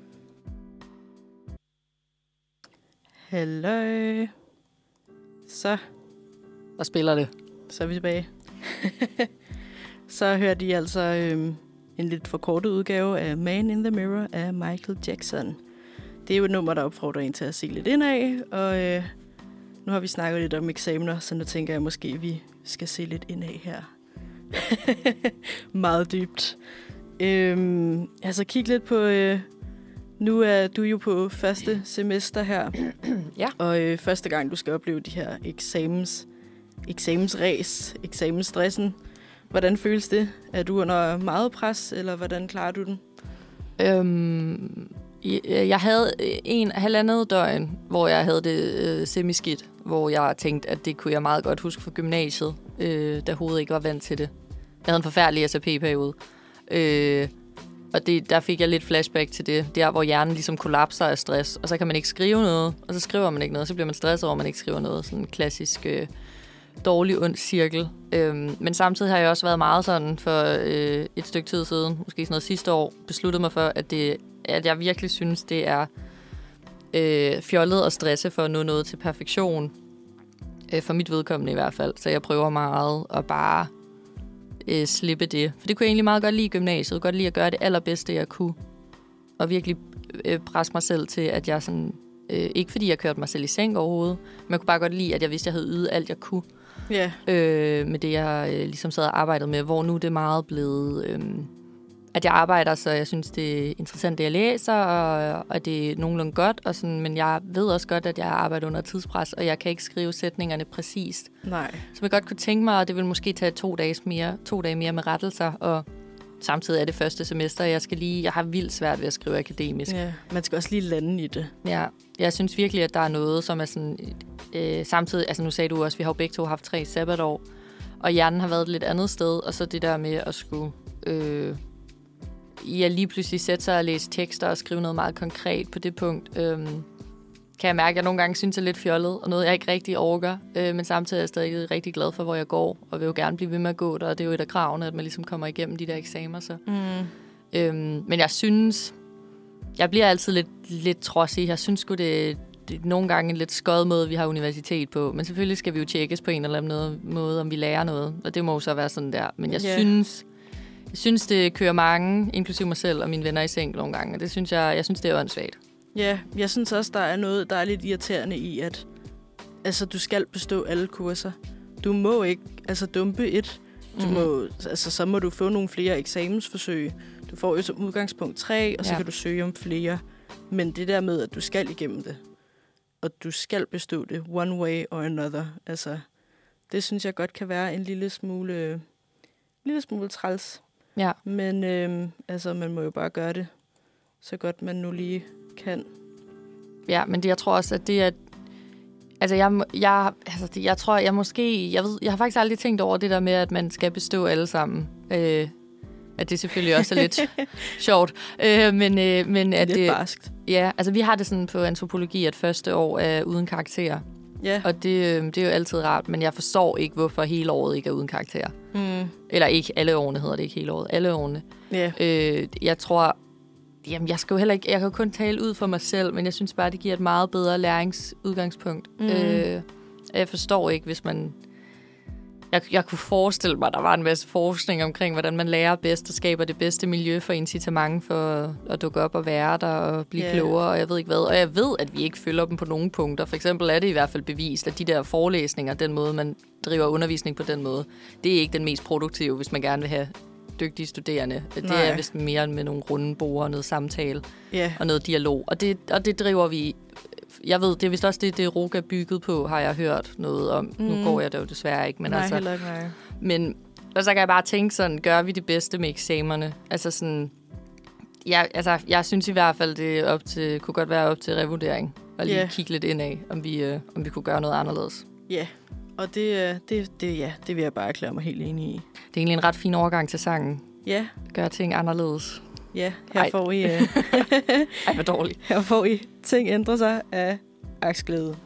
Hallo. Så. Og spiller det. Så er vi tilbage. Så hørte I altså en lidt forkortet udgave af Man in the Mirror af Michael Jackson. Det er jo et nummer, der opfordrer en til at se lidt indad, og nu har vi snakket lidt om eksamener, så nu tænker jeg måske, at vi skal se lidt indad her. Meget dybt. Altså kig lidt på, nu er du jo på første semester her, ja. Og første gang du skal opleve de her eksamensræs, eksamensstressen. Hvordan føles det? Er du under meget pres, eller hvordan klarer du den? Jeg havde halvandet døgn, hvor jeg havde det semiskidt, hvor jeg tænkte, at det kunne jeg meget godt huske fra gymnasiet, da hovedet ikke var vant til det. Jeg havde en forfærdelig SAP-periode, og der fik jeg lidt flashback til det, der hvor hjernen ligesom kollapser af stress, og så kan man ikke skrive noget, og så skriver man ikke noget, så bliver man stresset over, at man ikke skriver noget. Sådan en klassisk dårlig ond cirkel. Men samtidig har jeg også været meget sådan for et stykke tid siden, måske sådan noget sidste år, besluttet mig for, at jeg virkelig synes, det er fjollet og stresse for at nå noget til perfektion. For mit vedkommende i hvert fald. Så jeg prøver meget at bare slippe det. For det kunne jeg egentlig meget godt lide i gymnasiet. Godt lide at gøre det allerbedste, jeg kunne. Og virkelig presse mig selv til, at jeg sådan... ikke fordi jeg kørte mig selv i seng overhovedet, men jeg kunne bare godt lide, at jeg vidste, at jeg havde ydet alt, jeg kunne. Yeah. Med det, jeg ligesom sad og arbejdede med. Hvor nu det er meget blevet... at jeg arbejder, så jeg synes, det er interessant, det jeg læser, og det er nogenlunde godt. Og sådan, men jeg ved også godt, at jeg arbejder under tidspres, og jeg kan ikke skrive sætningerne præcist. Nej. Så jeg godt kunne tænke mig, at det vil måske tage 2 dage mere med rettelser, og samtidig er det første semester, jeg har vildt svært ved at skrive akademisk. Ja, man skal også lige lande i det. Ja, jeg synes virkelig, at der er noget, som er sådan... samtidig, altså nu sagde du også, at vi har jo begge to haft 3 sabbatår, og hjernen har været et lidt andet sted, og så det der med at skulle... lige pludselig sætte sig og læse tekster og skrive noget meget konkret på det punkt, kan jeg mærke, at jeg nogle gange synes er lidt fjollet, og noget, jeg ikke rigtig orker. Men samtidig er jeg stadig rigtig glad for, hvor jeg går, og vil jo gerne blive ved med at gå der, og det er jo et af kravene, at man ligesom kommer igennem de der eksamener. Så. Men jeg synes, jeg bliver altid lidt trodsig. Jeg synes sgu, det er nogle gange en lidt skød måde, vi har universitet på. Men selvfølgelig skal vi jo tjekkes på en eller anden måde, om vi lærer noget, og det må jo så være sådan der. Men jeg synes, det kører mange, inklusive mig selv og mine venner i seng nogle gange. Og det synes jeg synes, det er åndssvagt. Ja, jeg synes også, der er noget, der er lidt irriterende i, at altså, du skal bestå alle kurser. Du må ikke dumpe et. Så må du få nogle flere eksamensforsøg. Du får jo som udgangspunkt 3, og så kan du søge om flere. Men det der med, at du skal igennem det, og du skal bestå det one way or another, altså, det synes jeg godt kan være en lille smule træls. Ja. Men man må jo bare gøre det, så godt man nu lige kan. Ja, men jeg tror også, at det er... Altså, jeg har faktisk aldrig tænkt over det der med, at man skal bestå alle sammen. At det selvfølgelig også er lidt sjovt. Men at lidt barskt. Ja, altså vi har det sådan på antropologi, at første år er uden karakterer. Ja. Og det er jo altid rart, men jeg forstår ikke, hvorfor hele året ikke er uden karakterer. Eller ikke alle årene hedder det, ikke hele året. Alle årene. Ja. Jeg tror... Jamen, jeg skal jo heller ikke... Jeg kan jo kun tale ud for mig selv, men jeg synes bare, det giver et meget bedre læringsudgangspunkt. Jeg forstår ikke, hvis man... Jeg kunne forestille mig, at der var en masse forskning omkring, hvordan man lærer bedst og skaber det bedste miljø for incitament for at dukke op og være der og blive klogere, og jeg ved ikke hvad. Og jeg ved, at vi ikke følger dem på nogle punkter. For eksempel er det i hvert fald bevist, at de der forelæsninger, den måde, man driver undervisning på den måde, det er ikke den mest produktive, hvis man gerne vil have dygtige studerende. Det er vist mere med nogle runde borde og noget samtale og noget dialog. Og det driver vi... Jeg ved, det er vist også det ROGA er bygget på, har jeg hørt noget om. Nu går jeg der jo desværre ikke, men nej, altså... heller ikke, nej. Men og så kan jeg bare tænke sådan, gør vi det bedste med eksamenerne? Altså sådan... Jeg synes i hvert fald, det kunne godt være op til revurdering. Og lige kigge lidt ind af, om vi kunne gøre noget anderledes. Ja, og det vil jeg bare erklære mig helt enig i. Det er egentlig en ret fin overgang til sangen. Ja. Gør ting anderledes. Ja, her får I... Ej, hvor dårligt. Her får I Ting ændrer sig af Aksglæde.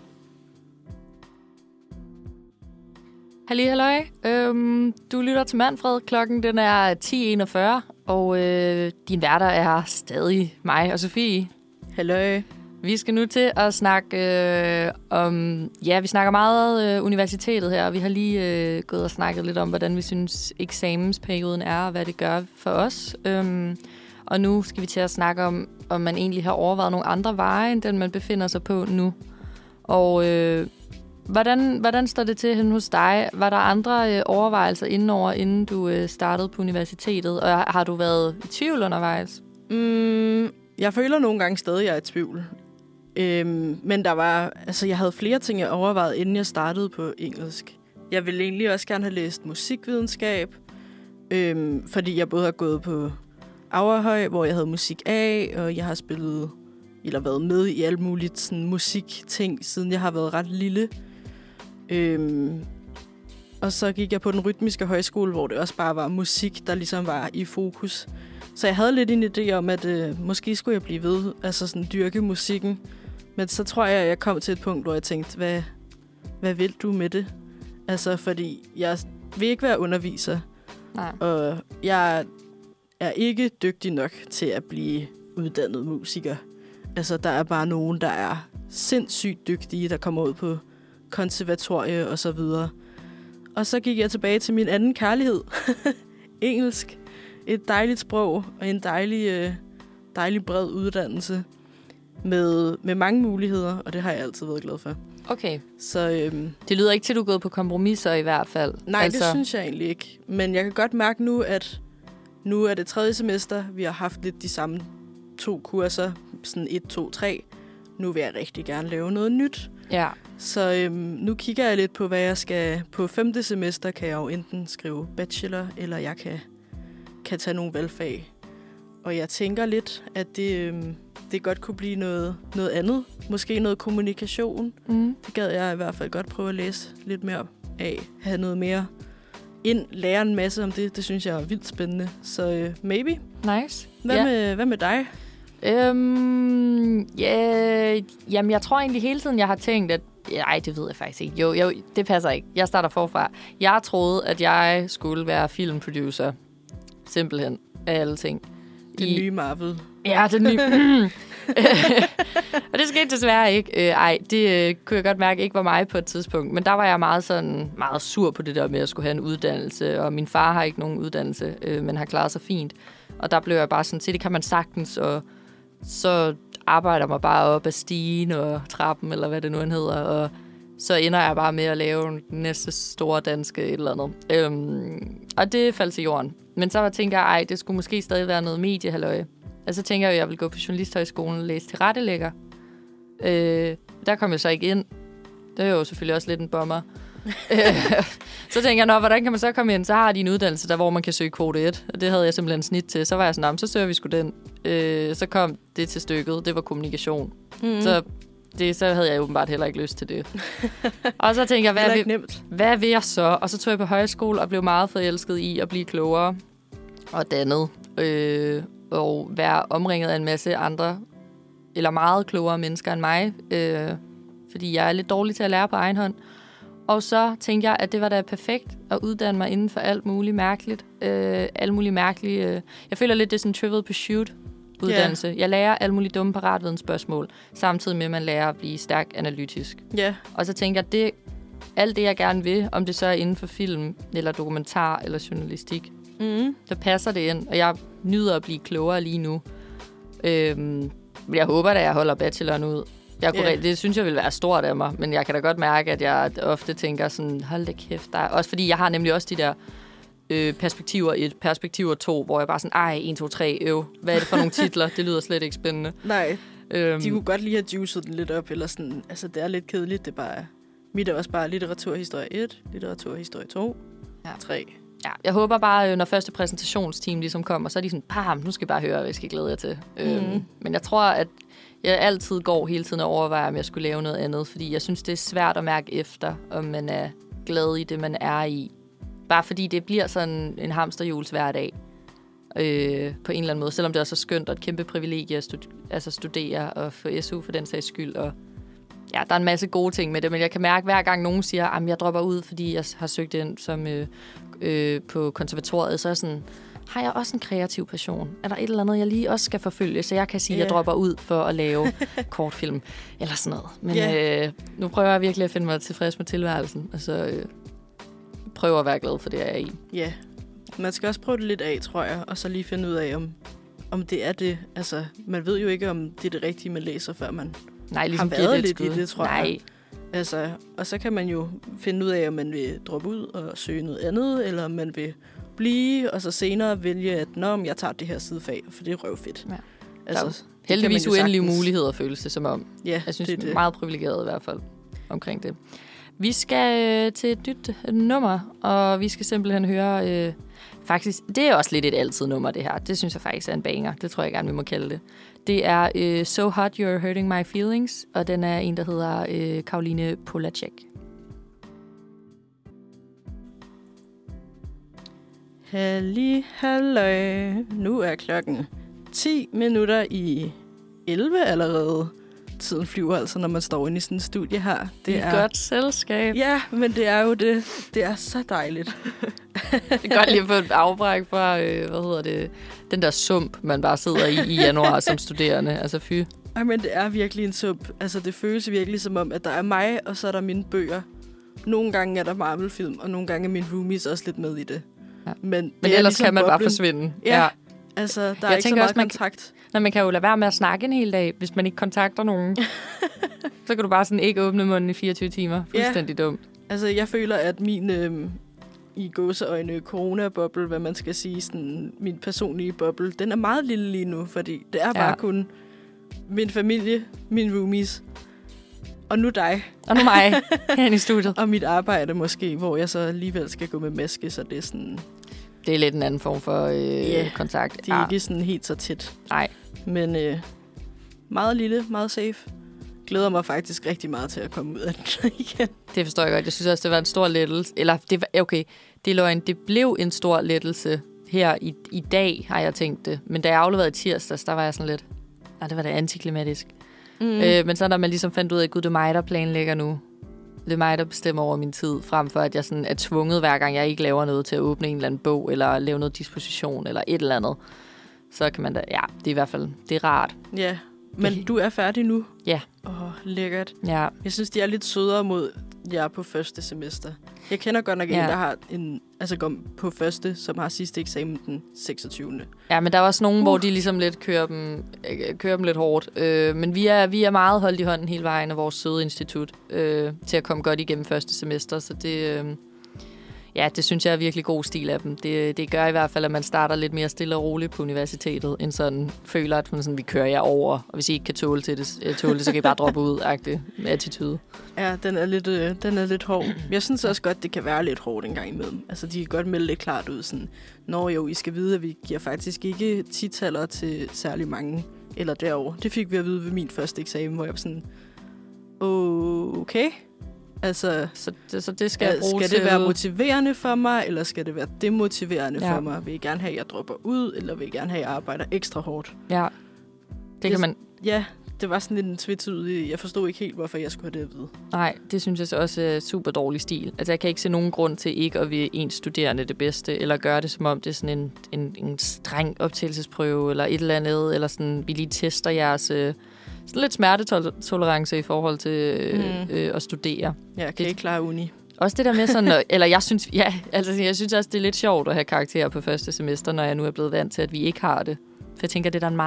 Halløj. Du lytter til Manfred. Klokken den er 10:41, og din værter er stadig mig og Sofie. Halløj. Vi skal nu til at snakke om... Ja, vi snakker meget universitetet her, og vi har lige gået og snakket lidt om, hvordan vi synes eksamensperioden er, og hvad det gør for os. Og nu skal vi til at snakke om man egentlig har overvejet nogle andre veje, end den man befinder sig på nu. Og hvordan står det til henne hos dig? Var der andre overvejelser indenover, inden du startede på universitetet? Og har du været i tvivl undervejs? Jeg føler nogle gange stadig, at jeg er i tvivl. Men jeg havde flere ting, jeg overvejede, inden jeg startede på engelsk. Jeg ville egentlig også gerne have læst musikvidenskab, fordi jeg både har gået på Aurehøj, hvor jeg havde musik af, og jeg har spillet eller været med i alt muligt sådan, musikting, siden jeg har været ret lille. Og så gik jeg på den rytmiske højskole, hvor det også bare var musik, der ligesom var i fokus. Så jeg havde lidt en idé om, at måske skulle jeg blive ved, altså sådan dyrke musikken. Men så tror jeg, at jeg kom til et punkt, hvor jeg tænkte, hvad vil du med det? Altså, fordi jeg vil ikke være underviser. Nej. Og jeg er ikke dygtig nok til at blive uddannet musiker. Altså, der er bare nogen, der er sindssygt dygtige, der kommer ud på konservatorie og så videre. Og så gik jeg tilbage til min anden kærlighed. Engelsk. Et dejligt sprog og en dejlig bred uddannelse med mange muligheder, og det har jeg altid været glad for. Okay. Så, det lyder ikke til, at du er gået på kompromiser i hvert fald. Nej, altså... det synes jeg egentlig ikke. Men jeg kan godt mærke nu, at nu er det 3. semester. Vi har haft lidt de samme 2 kurser, sådan 1, 2, 3. Nu vil jeg rigtig gerne lave noget nyt. Ja. Så nu kigger jeg lidt på, hvad jeg skal... På 5. semester kan jeg jo enten skrive bachelor, eller jeg kan tage nogle valgfag. Og jeg tænker lidt, at det godt kunne blive noget andet. Måske noget kommunikation. Det gad jeg i hvert fald godt prøve at læse lidt mere af. Have noget mere ind, lære en masse om det. Det synes jeg er vildt spændende. Så maybe. Nice. Hvad med dig? Jamen, jeg tror egentlig hele tiden, jeg har tænkt, at... Nej, det ved jeg faktisk ikke. Jo, det passer ikke. Jeg starter forfra. Jeg troede, at jeg skulle være filmproducer. Simpelthen. Af alle ting. Den nye Marvel. Ja, den nye... Og det skete desværre ikke. Det kunne jeg godt mærke ikke var mig på et tidspunkt. Men der var jeg meget sur på det der med at skulle have en uddannelse. Og min far har ikke nogen uddannelse, men har klaret sig fint. Og der blev jeg bare sådan, det kan man sagtens. Og så arbejder man bare op ad stigen og trappen, eller hvad det nu end hedder. Og så ender jeg bare med at lave den næste store danske et eller andet. Og det faldt til jorden. Men så tænker jeg, det skulle måske stadig være noget mediehalløje. Og så tænker jeg, at jeg vil gå på Journalisthøjskolen og læse tilrettelægger. Der kom jeg så ikke ind. Det er jo selvfølgelig også lidt en bomber. Så tænker jeg, hvordan kan man så komme ind? Så har de en uddannelse, der hvor man kan søge kvote 1. Og det havde jeg simpelthen snit til. Så var jeg sådan, så søger vi sgu den. Så kom det til stykket. Det var kommunikation. Så havde jeg åbenbart heller ikke lyst til det. Og så tænkte jeg, hvad vil jeg så? Og så tog jeg på højskole og blev meget forelsket i at blive klogere og dannet. Og være omringet af en masse andre, eller meget klogere mennesker end mig. Fordi jeg er lidt dårlig til at lære på egen hånd. Og så tænkte jeg, at det var da perfekt at uddanne mig inden for alt muligt mærkeligt. Alle mulige mærkelige... Jeg føler lidt, det er sådan en Trivial Pursuit-uddannelse. Yeah. Jeg lærer alle mulige dumme paratvidensspørgsmål, samtidig med, at man lærer at blive stærk analytisk. Yeah. Og så tænkte jeg, at alt det, jeg gerne vil, om det så er inden for film, eller dokumentar, eller journalistik, så passer det ind. Og jeg nyder at blive klogere lige nu. Men jeg håber, at jeg holder bacheloren ud. Det synes jeg vil være stort af mig, men jeg kan da godt mærke, at jeg ofte tænker sådan, hold da kæft. Også fordi jeg har nemlig også de der perspektiver 1, perspektiver 2, hvor jeg bare sådan, 1, 2, 3, hvad er det for nogle titler? Det lyder slet ikke spændende. Nej, de kunne godt lige have juicet den lidt op, eller sådan, altså det er lidt kedeligt, det er bare, mit er også bare litteraturhistorie 1, litteraturhistorie 2, 3. Ja, jeg håber bare, når første præsentationsteam ligesom kommer, så er de sådan, nu skal I bare høre, hvad jeg skal glæde jer til. Men jeg tror, at jeg altid går hele tiden og overvejer, om jeg skulle lave noget andet, fordi jeg synes, det er svært at mærke efter, om man er glad i det, man er i. Bare fordi det bliver sådan en hamsterhjuls hverdag på en eller anden måde, selvom det er så skønt og et kæmpe privilegie at studere og få SU for den sags skyld. Og ja, der er en masse gode ting med det, men jeg kan mærke, hver gang nogen siger, at jeg dropper ud, fordi jeg har søgt ind som på konservatoriet, så er sådan, har jeg også en kreativ passion? Er der et eller andet, jeg lige også skal forfølge, så jeg kan sige, at jeg dropper ud for at lave kortfilm eller sådan noget. Men nu prøver jeg virkelig at finde mig tilfreds med tilværelsen, og så prøver at være glad for det, jeg er i. Ja, man skal også prøve det lidt af, tror jeg, og så lige finde ud af, om det er det. Altså, man ved jo ikke, om det er det rigtige, man læser, før man ligesom har været lidt i det, tror jeg. Nej. Altså, og så kan man jo finde ud af, om man vil droppe ud og søge noget andet, eller om man vil blive, og så senere vælge, at jeg tager det her sidefag, for det er røvfedt. Ja. Altså, heldigvis uendelige muligheder, føles det som om. Ja, jeg synes, det er meget privilegeret i hvert fald omkring det. Vi skal til et nyt nummer, og vi skal simpelthen høre... faktisk, det er også lidt et altid nummer, det her. Det synes jeg faktisk er en banger. Det tror jeg gerne, vi må kalde det. Det er So Hot You're Hurting My Feelings, og den er en, der hedder Caroline Polacek. Halløj. Nu er klokken 10 minutter i 11 allerede. Tiden flyver altså, når man står inde i sådan en studie her. Det er godt selskab. Ja, men det er jo det. Det er så dejligt. Det er godt lige at få et afbræk fra, den der sump, man bare sidder i januar som studerende. Altså fy. Ej, men det er virkelig en sump. Altså, det føles virkelig som om, at der er mig, og så er der mine bøger. Nogle gange er der Marvel-film, og nogle gange er mine roomies også lidt med i det. Ja. Men ellers ligesom kan man boblen. bare forsvinde. Ja. Altså, der er ikke så meget kontakt. Man kan jo lade være med at snakke en hel dag, hvis man ikke kontakter nogen. Så kan du bare sådan ikke åbne munden i 24 timer. Fuldstændig dumt. Altså, jeg føler, at min i gåseøjne corona-boble, hvad man skal sige, sådan min personlige boble, den er meget lille lige nu, fordi det er bare kun min familie, mine roomies, og nu dig. Og nu mig, herinde i studiet. Og mit arbejde måske, hvor jeg så alligevel skal gå med maske, så det er sådan... Det er lidt en anden form for kontakt. Det er ikke sådan helt så tæt. Nej. Men meget lille, meget safe. Glæder mig faktisk rigtig meget til at komme ud af den igen. Det forstår jeg godt. Jeg synes også, det var en stor lettelse. Eller, det er løgn. Det blev en stor lettelse her i dag, har jeg tænkt det. Men da jeg afleverede i tirsdags, der var jeg sådan lidt... det var da antiklimatisk. Men så da man ligesom fandt ud af, at gud, det er mig, der planlægger nu. Det er mig, der bestemmer over min tid, frem for at jeg sådan er tvunget, hver gang jeg ikke laver noget, til at åbne en eller anden bog, eller lave noget disposition, eller et eller andet. Så kan man da... Ja, det er i hvert fald... Det er rart. Ja, men du er færdig nu? Ja. Lækkert. Ja. Jeg synes, de er lidt sødere mod jer på første semester. Jeg kender godt nok en, der har går på første, som har sidste eksamen den 26. Ja, men der er også nogen, hvor de ligesom lidt kører dem lidt hårdt. Men vi er meget holdt i hånden hele vejen af vores søde institut til at komme godt igennem første semester. Så det... det synes jeg er virkelig god stil af dem. Det gør i hvert fald, at man starter lidt mere stille og roligt på universitetet, end sådan føler, at man sådan, vi kører jer over, og hvis I ikke kan tåle det, så kan I bare droppe ud-agtigt med attitude. Ja, den er lidt hård. Jeg synes også godt, det kan være lidt hårdt en gang imellem. Altså, de kan godt melde lidt klart ud, sådan, I skal vide, at vi giver faktisk ikke 10-taller til særlig mange, eller derovre. Det fik vi at vide ved min første eksamen, hvor jeg var sådan, okay. Altså, så det skal jeg bruge skal det være motiverende for mig, eller skal det være demotiverende for mig? Vil I gerne have, at jeg dropper ud, eller vil I gerne have, at jeg arbejder ekstra hårdt? Ja, det kan man... Ja, det var sådan lidt en tvetydig. Jeg forstod ikke helt, hvorfor jeg skulle have det at vide. Nej, det synes jeg så også er super dårlig stil. Altså, jeg kan ikke se nogen grund til ikke at være ens studerende det bedste, eller gøre det, som om det er sådan en streng optagelsesprøve, eller et eller andet, eller sådan, vi lige tester jeres sådan lidt smertetolerance i forhold til at studere. Ja, jeg kan ikke klare uni. Også det der med sådan, eller jeg synes også, det er lidt sjovt at have karakterer på første semester, når jeg nu er blevet vant til, at vi ikke har det. For jeg tænker, det er da en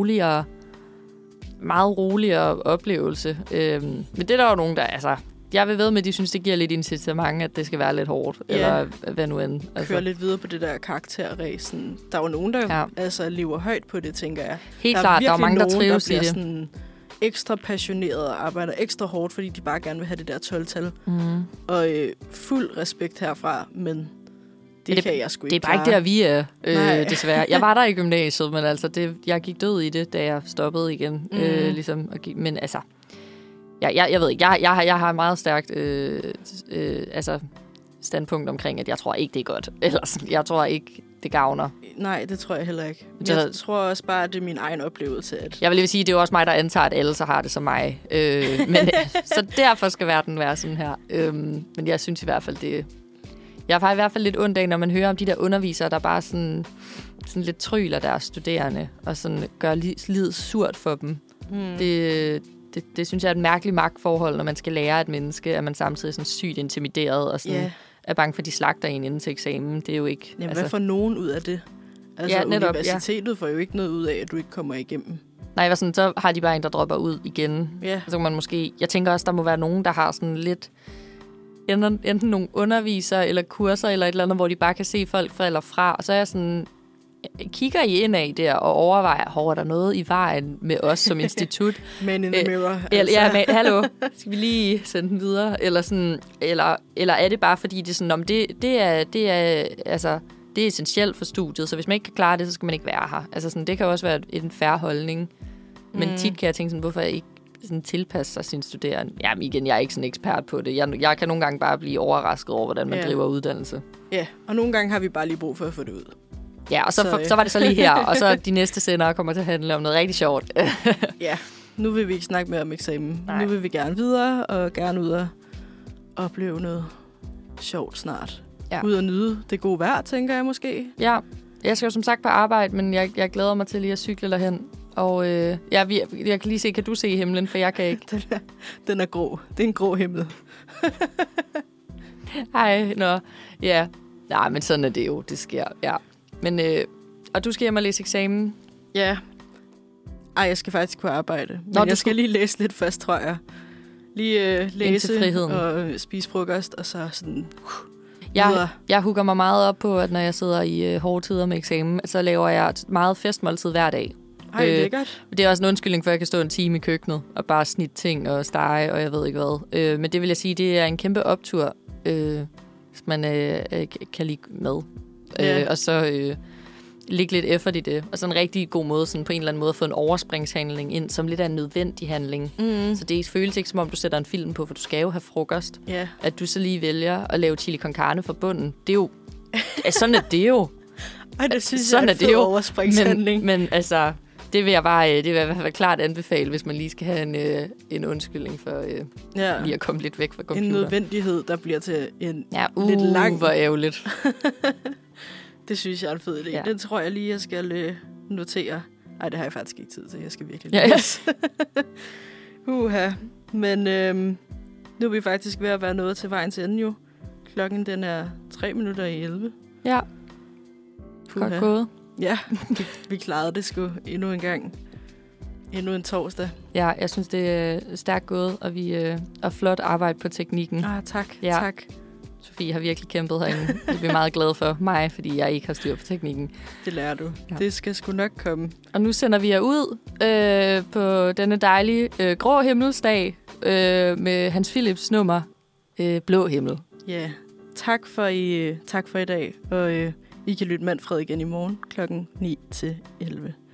meget roligere oplevelse. Men det er der jo nogen, der... Altså, jeg vil ved med, at de synes, det giver lidt incitament, at det skal være lidt hårdt. Ja. Eller hvad nu end. Altså. Kører lidt videre på det der karakterræsen. Der er jo nogen, der lever højt på det, tænker jeg. Helt klart, der er mange, der trives i det. Sådan ekstra passionerede og arbejder ekstra hårdt, fordi de bare gerne vil have det der 12-tal. Og fuld respekt herfra, men... Det kan jeg sgu ikke. Det er bare ikke der, vi er, desværre. Jeg var der i gymnasiet, men altså, jeg gik død i det, da jeg stoppede igen. Ligesom, men altså, jeg ved ikke, jeg har meget stærkt standpunkt omkring, at jeg tror ikke, det er godt. Eller sådan, jeg tror ikke, det gavner. Nej, det tror jeg heller ikke. Jeg tror også bare, at det er min egen oplevelse. At... Jeg vil lige sige, det er også mig, der antager, at alle så har det som mig. Så derfor skal verden være sådan her. Men jeg synes i hvert fald, det... Jeg har i hvert fald lidt ondt af, når man hører om de der undervisere, der bare sådan lidt tryler deres studerende, og sådan gør livet surt for dem. Det synes jeg er et mærkeligt magtforhold, når man skal lære et menneske, at man samtidig er sådan sygt intimideret, og sådan er bange for, at de slagter en inden til eksamen. Det er jo ikke... Jamen, hvad får nogen ud af det? Altså, netop, universitetet får jo ikke noget ud af, at du ikke kommer igennem. Nej, så har de bare en, der dropper ud igen. Ja. Så kan man måske... Jeg tænker også, der må være nogen, der har sådan lidt... Enten nogle undervisere eller kurser eller et eller andet, hvor de bare kan se folk falder fra. Og så er jeg sådan, kigger I indad der og overvejer, er der noget i vejen med os som institut? Man in the mirror. Altså. Ja, hallo, skal vi lige sende den videre? Eller, sådan, eller er det bare fordi, det er sådan, det er essentielt for studiet, så hvis man ikke kan klare det, så skal man ikke være her. Altså sådan, det kan også være en fair holdning. Men tit kan jeg tænke sådan, hvorfor jeg ikke sådan tilpasse sig sin studerende. Jamen igen, jeg er ikke sådan ekspert på det. Jeg kan nogle gange bare blive overrasket over, hvordan man driver uddannelse. Ja, og nogle gange har vi bare lige brug for at få det ud. Ja, og så var det så lige her, og så de næste sender kommer til at handle om noget rigtig sjovt. Ja, nu vil vi ikke snakke mere om eksamen. Nej. Nu vil vi gerne videre, og gerne ud og opleve noget sjovt snart. Ja. Ud og nyde det gode vejr, tænker jeg måske. Ja, jeg skal jo som sagt på arbejde, men jeg glæder mig til lige at cykle derhen. Og jeg kan lige se, kan du se himlen, for jeg kan ikke. Den er grå. Det er en grå himmel. Ej, ja. Nej, men sådan er det jo. Det sker, ja. Men, og du skal hjem og læse eksamen? Ja. Ej, jeg skal faktisk på arbejde. Men jeg skal lige læse lidt først, tror jeg. Lige læse og spise frokost, og så sådan... Jeg hugger mig meget op på, at når jeg sidder i hårde tider med eksamen, så laver jeg meget festmåltid hver dag. Ej, lækkert. Det er også en undskyldning for, at jeg kan stå en time i køkkenet og bare snitte ting og stege, og jeg ved ikke hvad. Men det vil jeg sige, det er en kæmpe optur, hvis man kan lide mad. Og så ligge lidt effort i det. Og så en rigtig god måde, sådan på en eller anden måde, at få en overspringshandling ind, som lidt af en nødvendig handling. Så det føles ikke, som om du sætter en film på, for du skal jo have frokost. Yeah. At du så lige vælger at lave chili con carne fra bunden. Det er jo... sådan er det jo. Ej, det synes jeg er en fed overspringshandling. Men altså, det vil jeg i hvert fald klart anbefale, hvis man lige skal have en undskyldning for lige at komme lidt væk fra computeren. En nødvendighed, der bliver til en lidt lang... hvor ærgerligt. Det synes jeg er en fed idé. Ja. Den tror jeg lige, jeg skal notere. Nej, det har jeg faktisk ikke tid til. Jeg skal virkelig læse. Ja. Men nu er vi faktisk ved at være nået til vejens ende jo. Klokken den er 11:03. Ja. Godt gået. Ja, vi klarede det sgu endnu en gang. Endnu en torsdag. Ja, jeg synes, det er stærkt gået, og vi er flot arbejde på teknikken. Tak. Ja. Tak. Sofie har virkelig kæmpet herinde. Det bliver meget glad for mig, fordi jeg ikke har styr på teknikken. Det lærer du. Ja. Det skal sgu nok komme. Og nu sender vi jer ud på denne dejlige grå himmelsdag med Hans Philips nummer Blå Himmel. Ja, tak for i dag. Og I kan lytte Manfred igen i morgen klokken 9 til 11.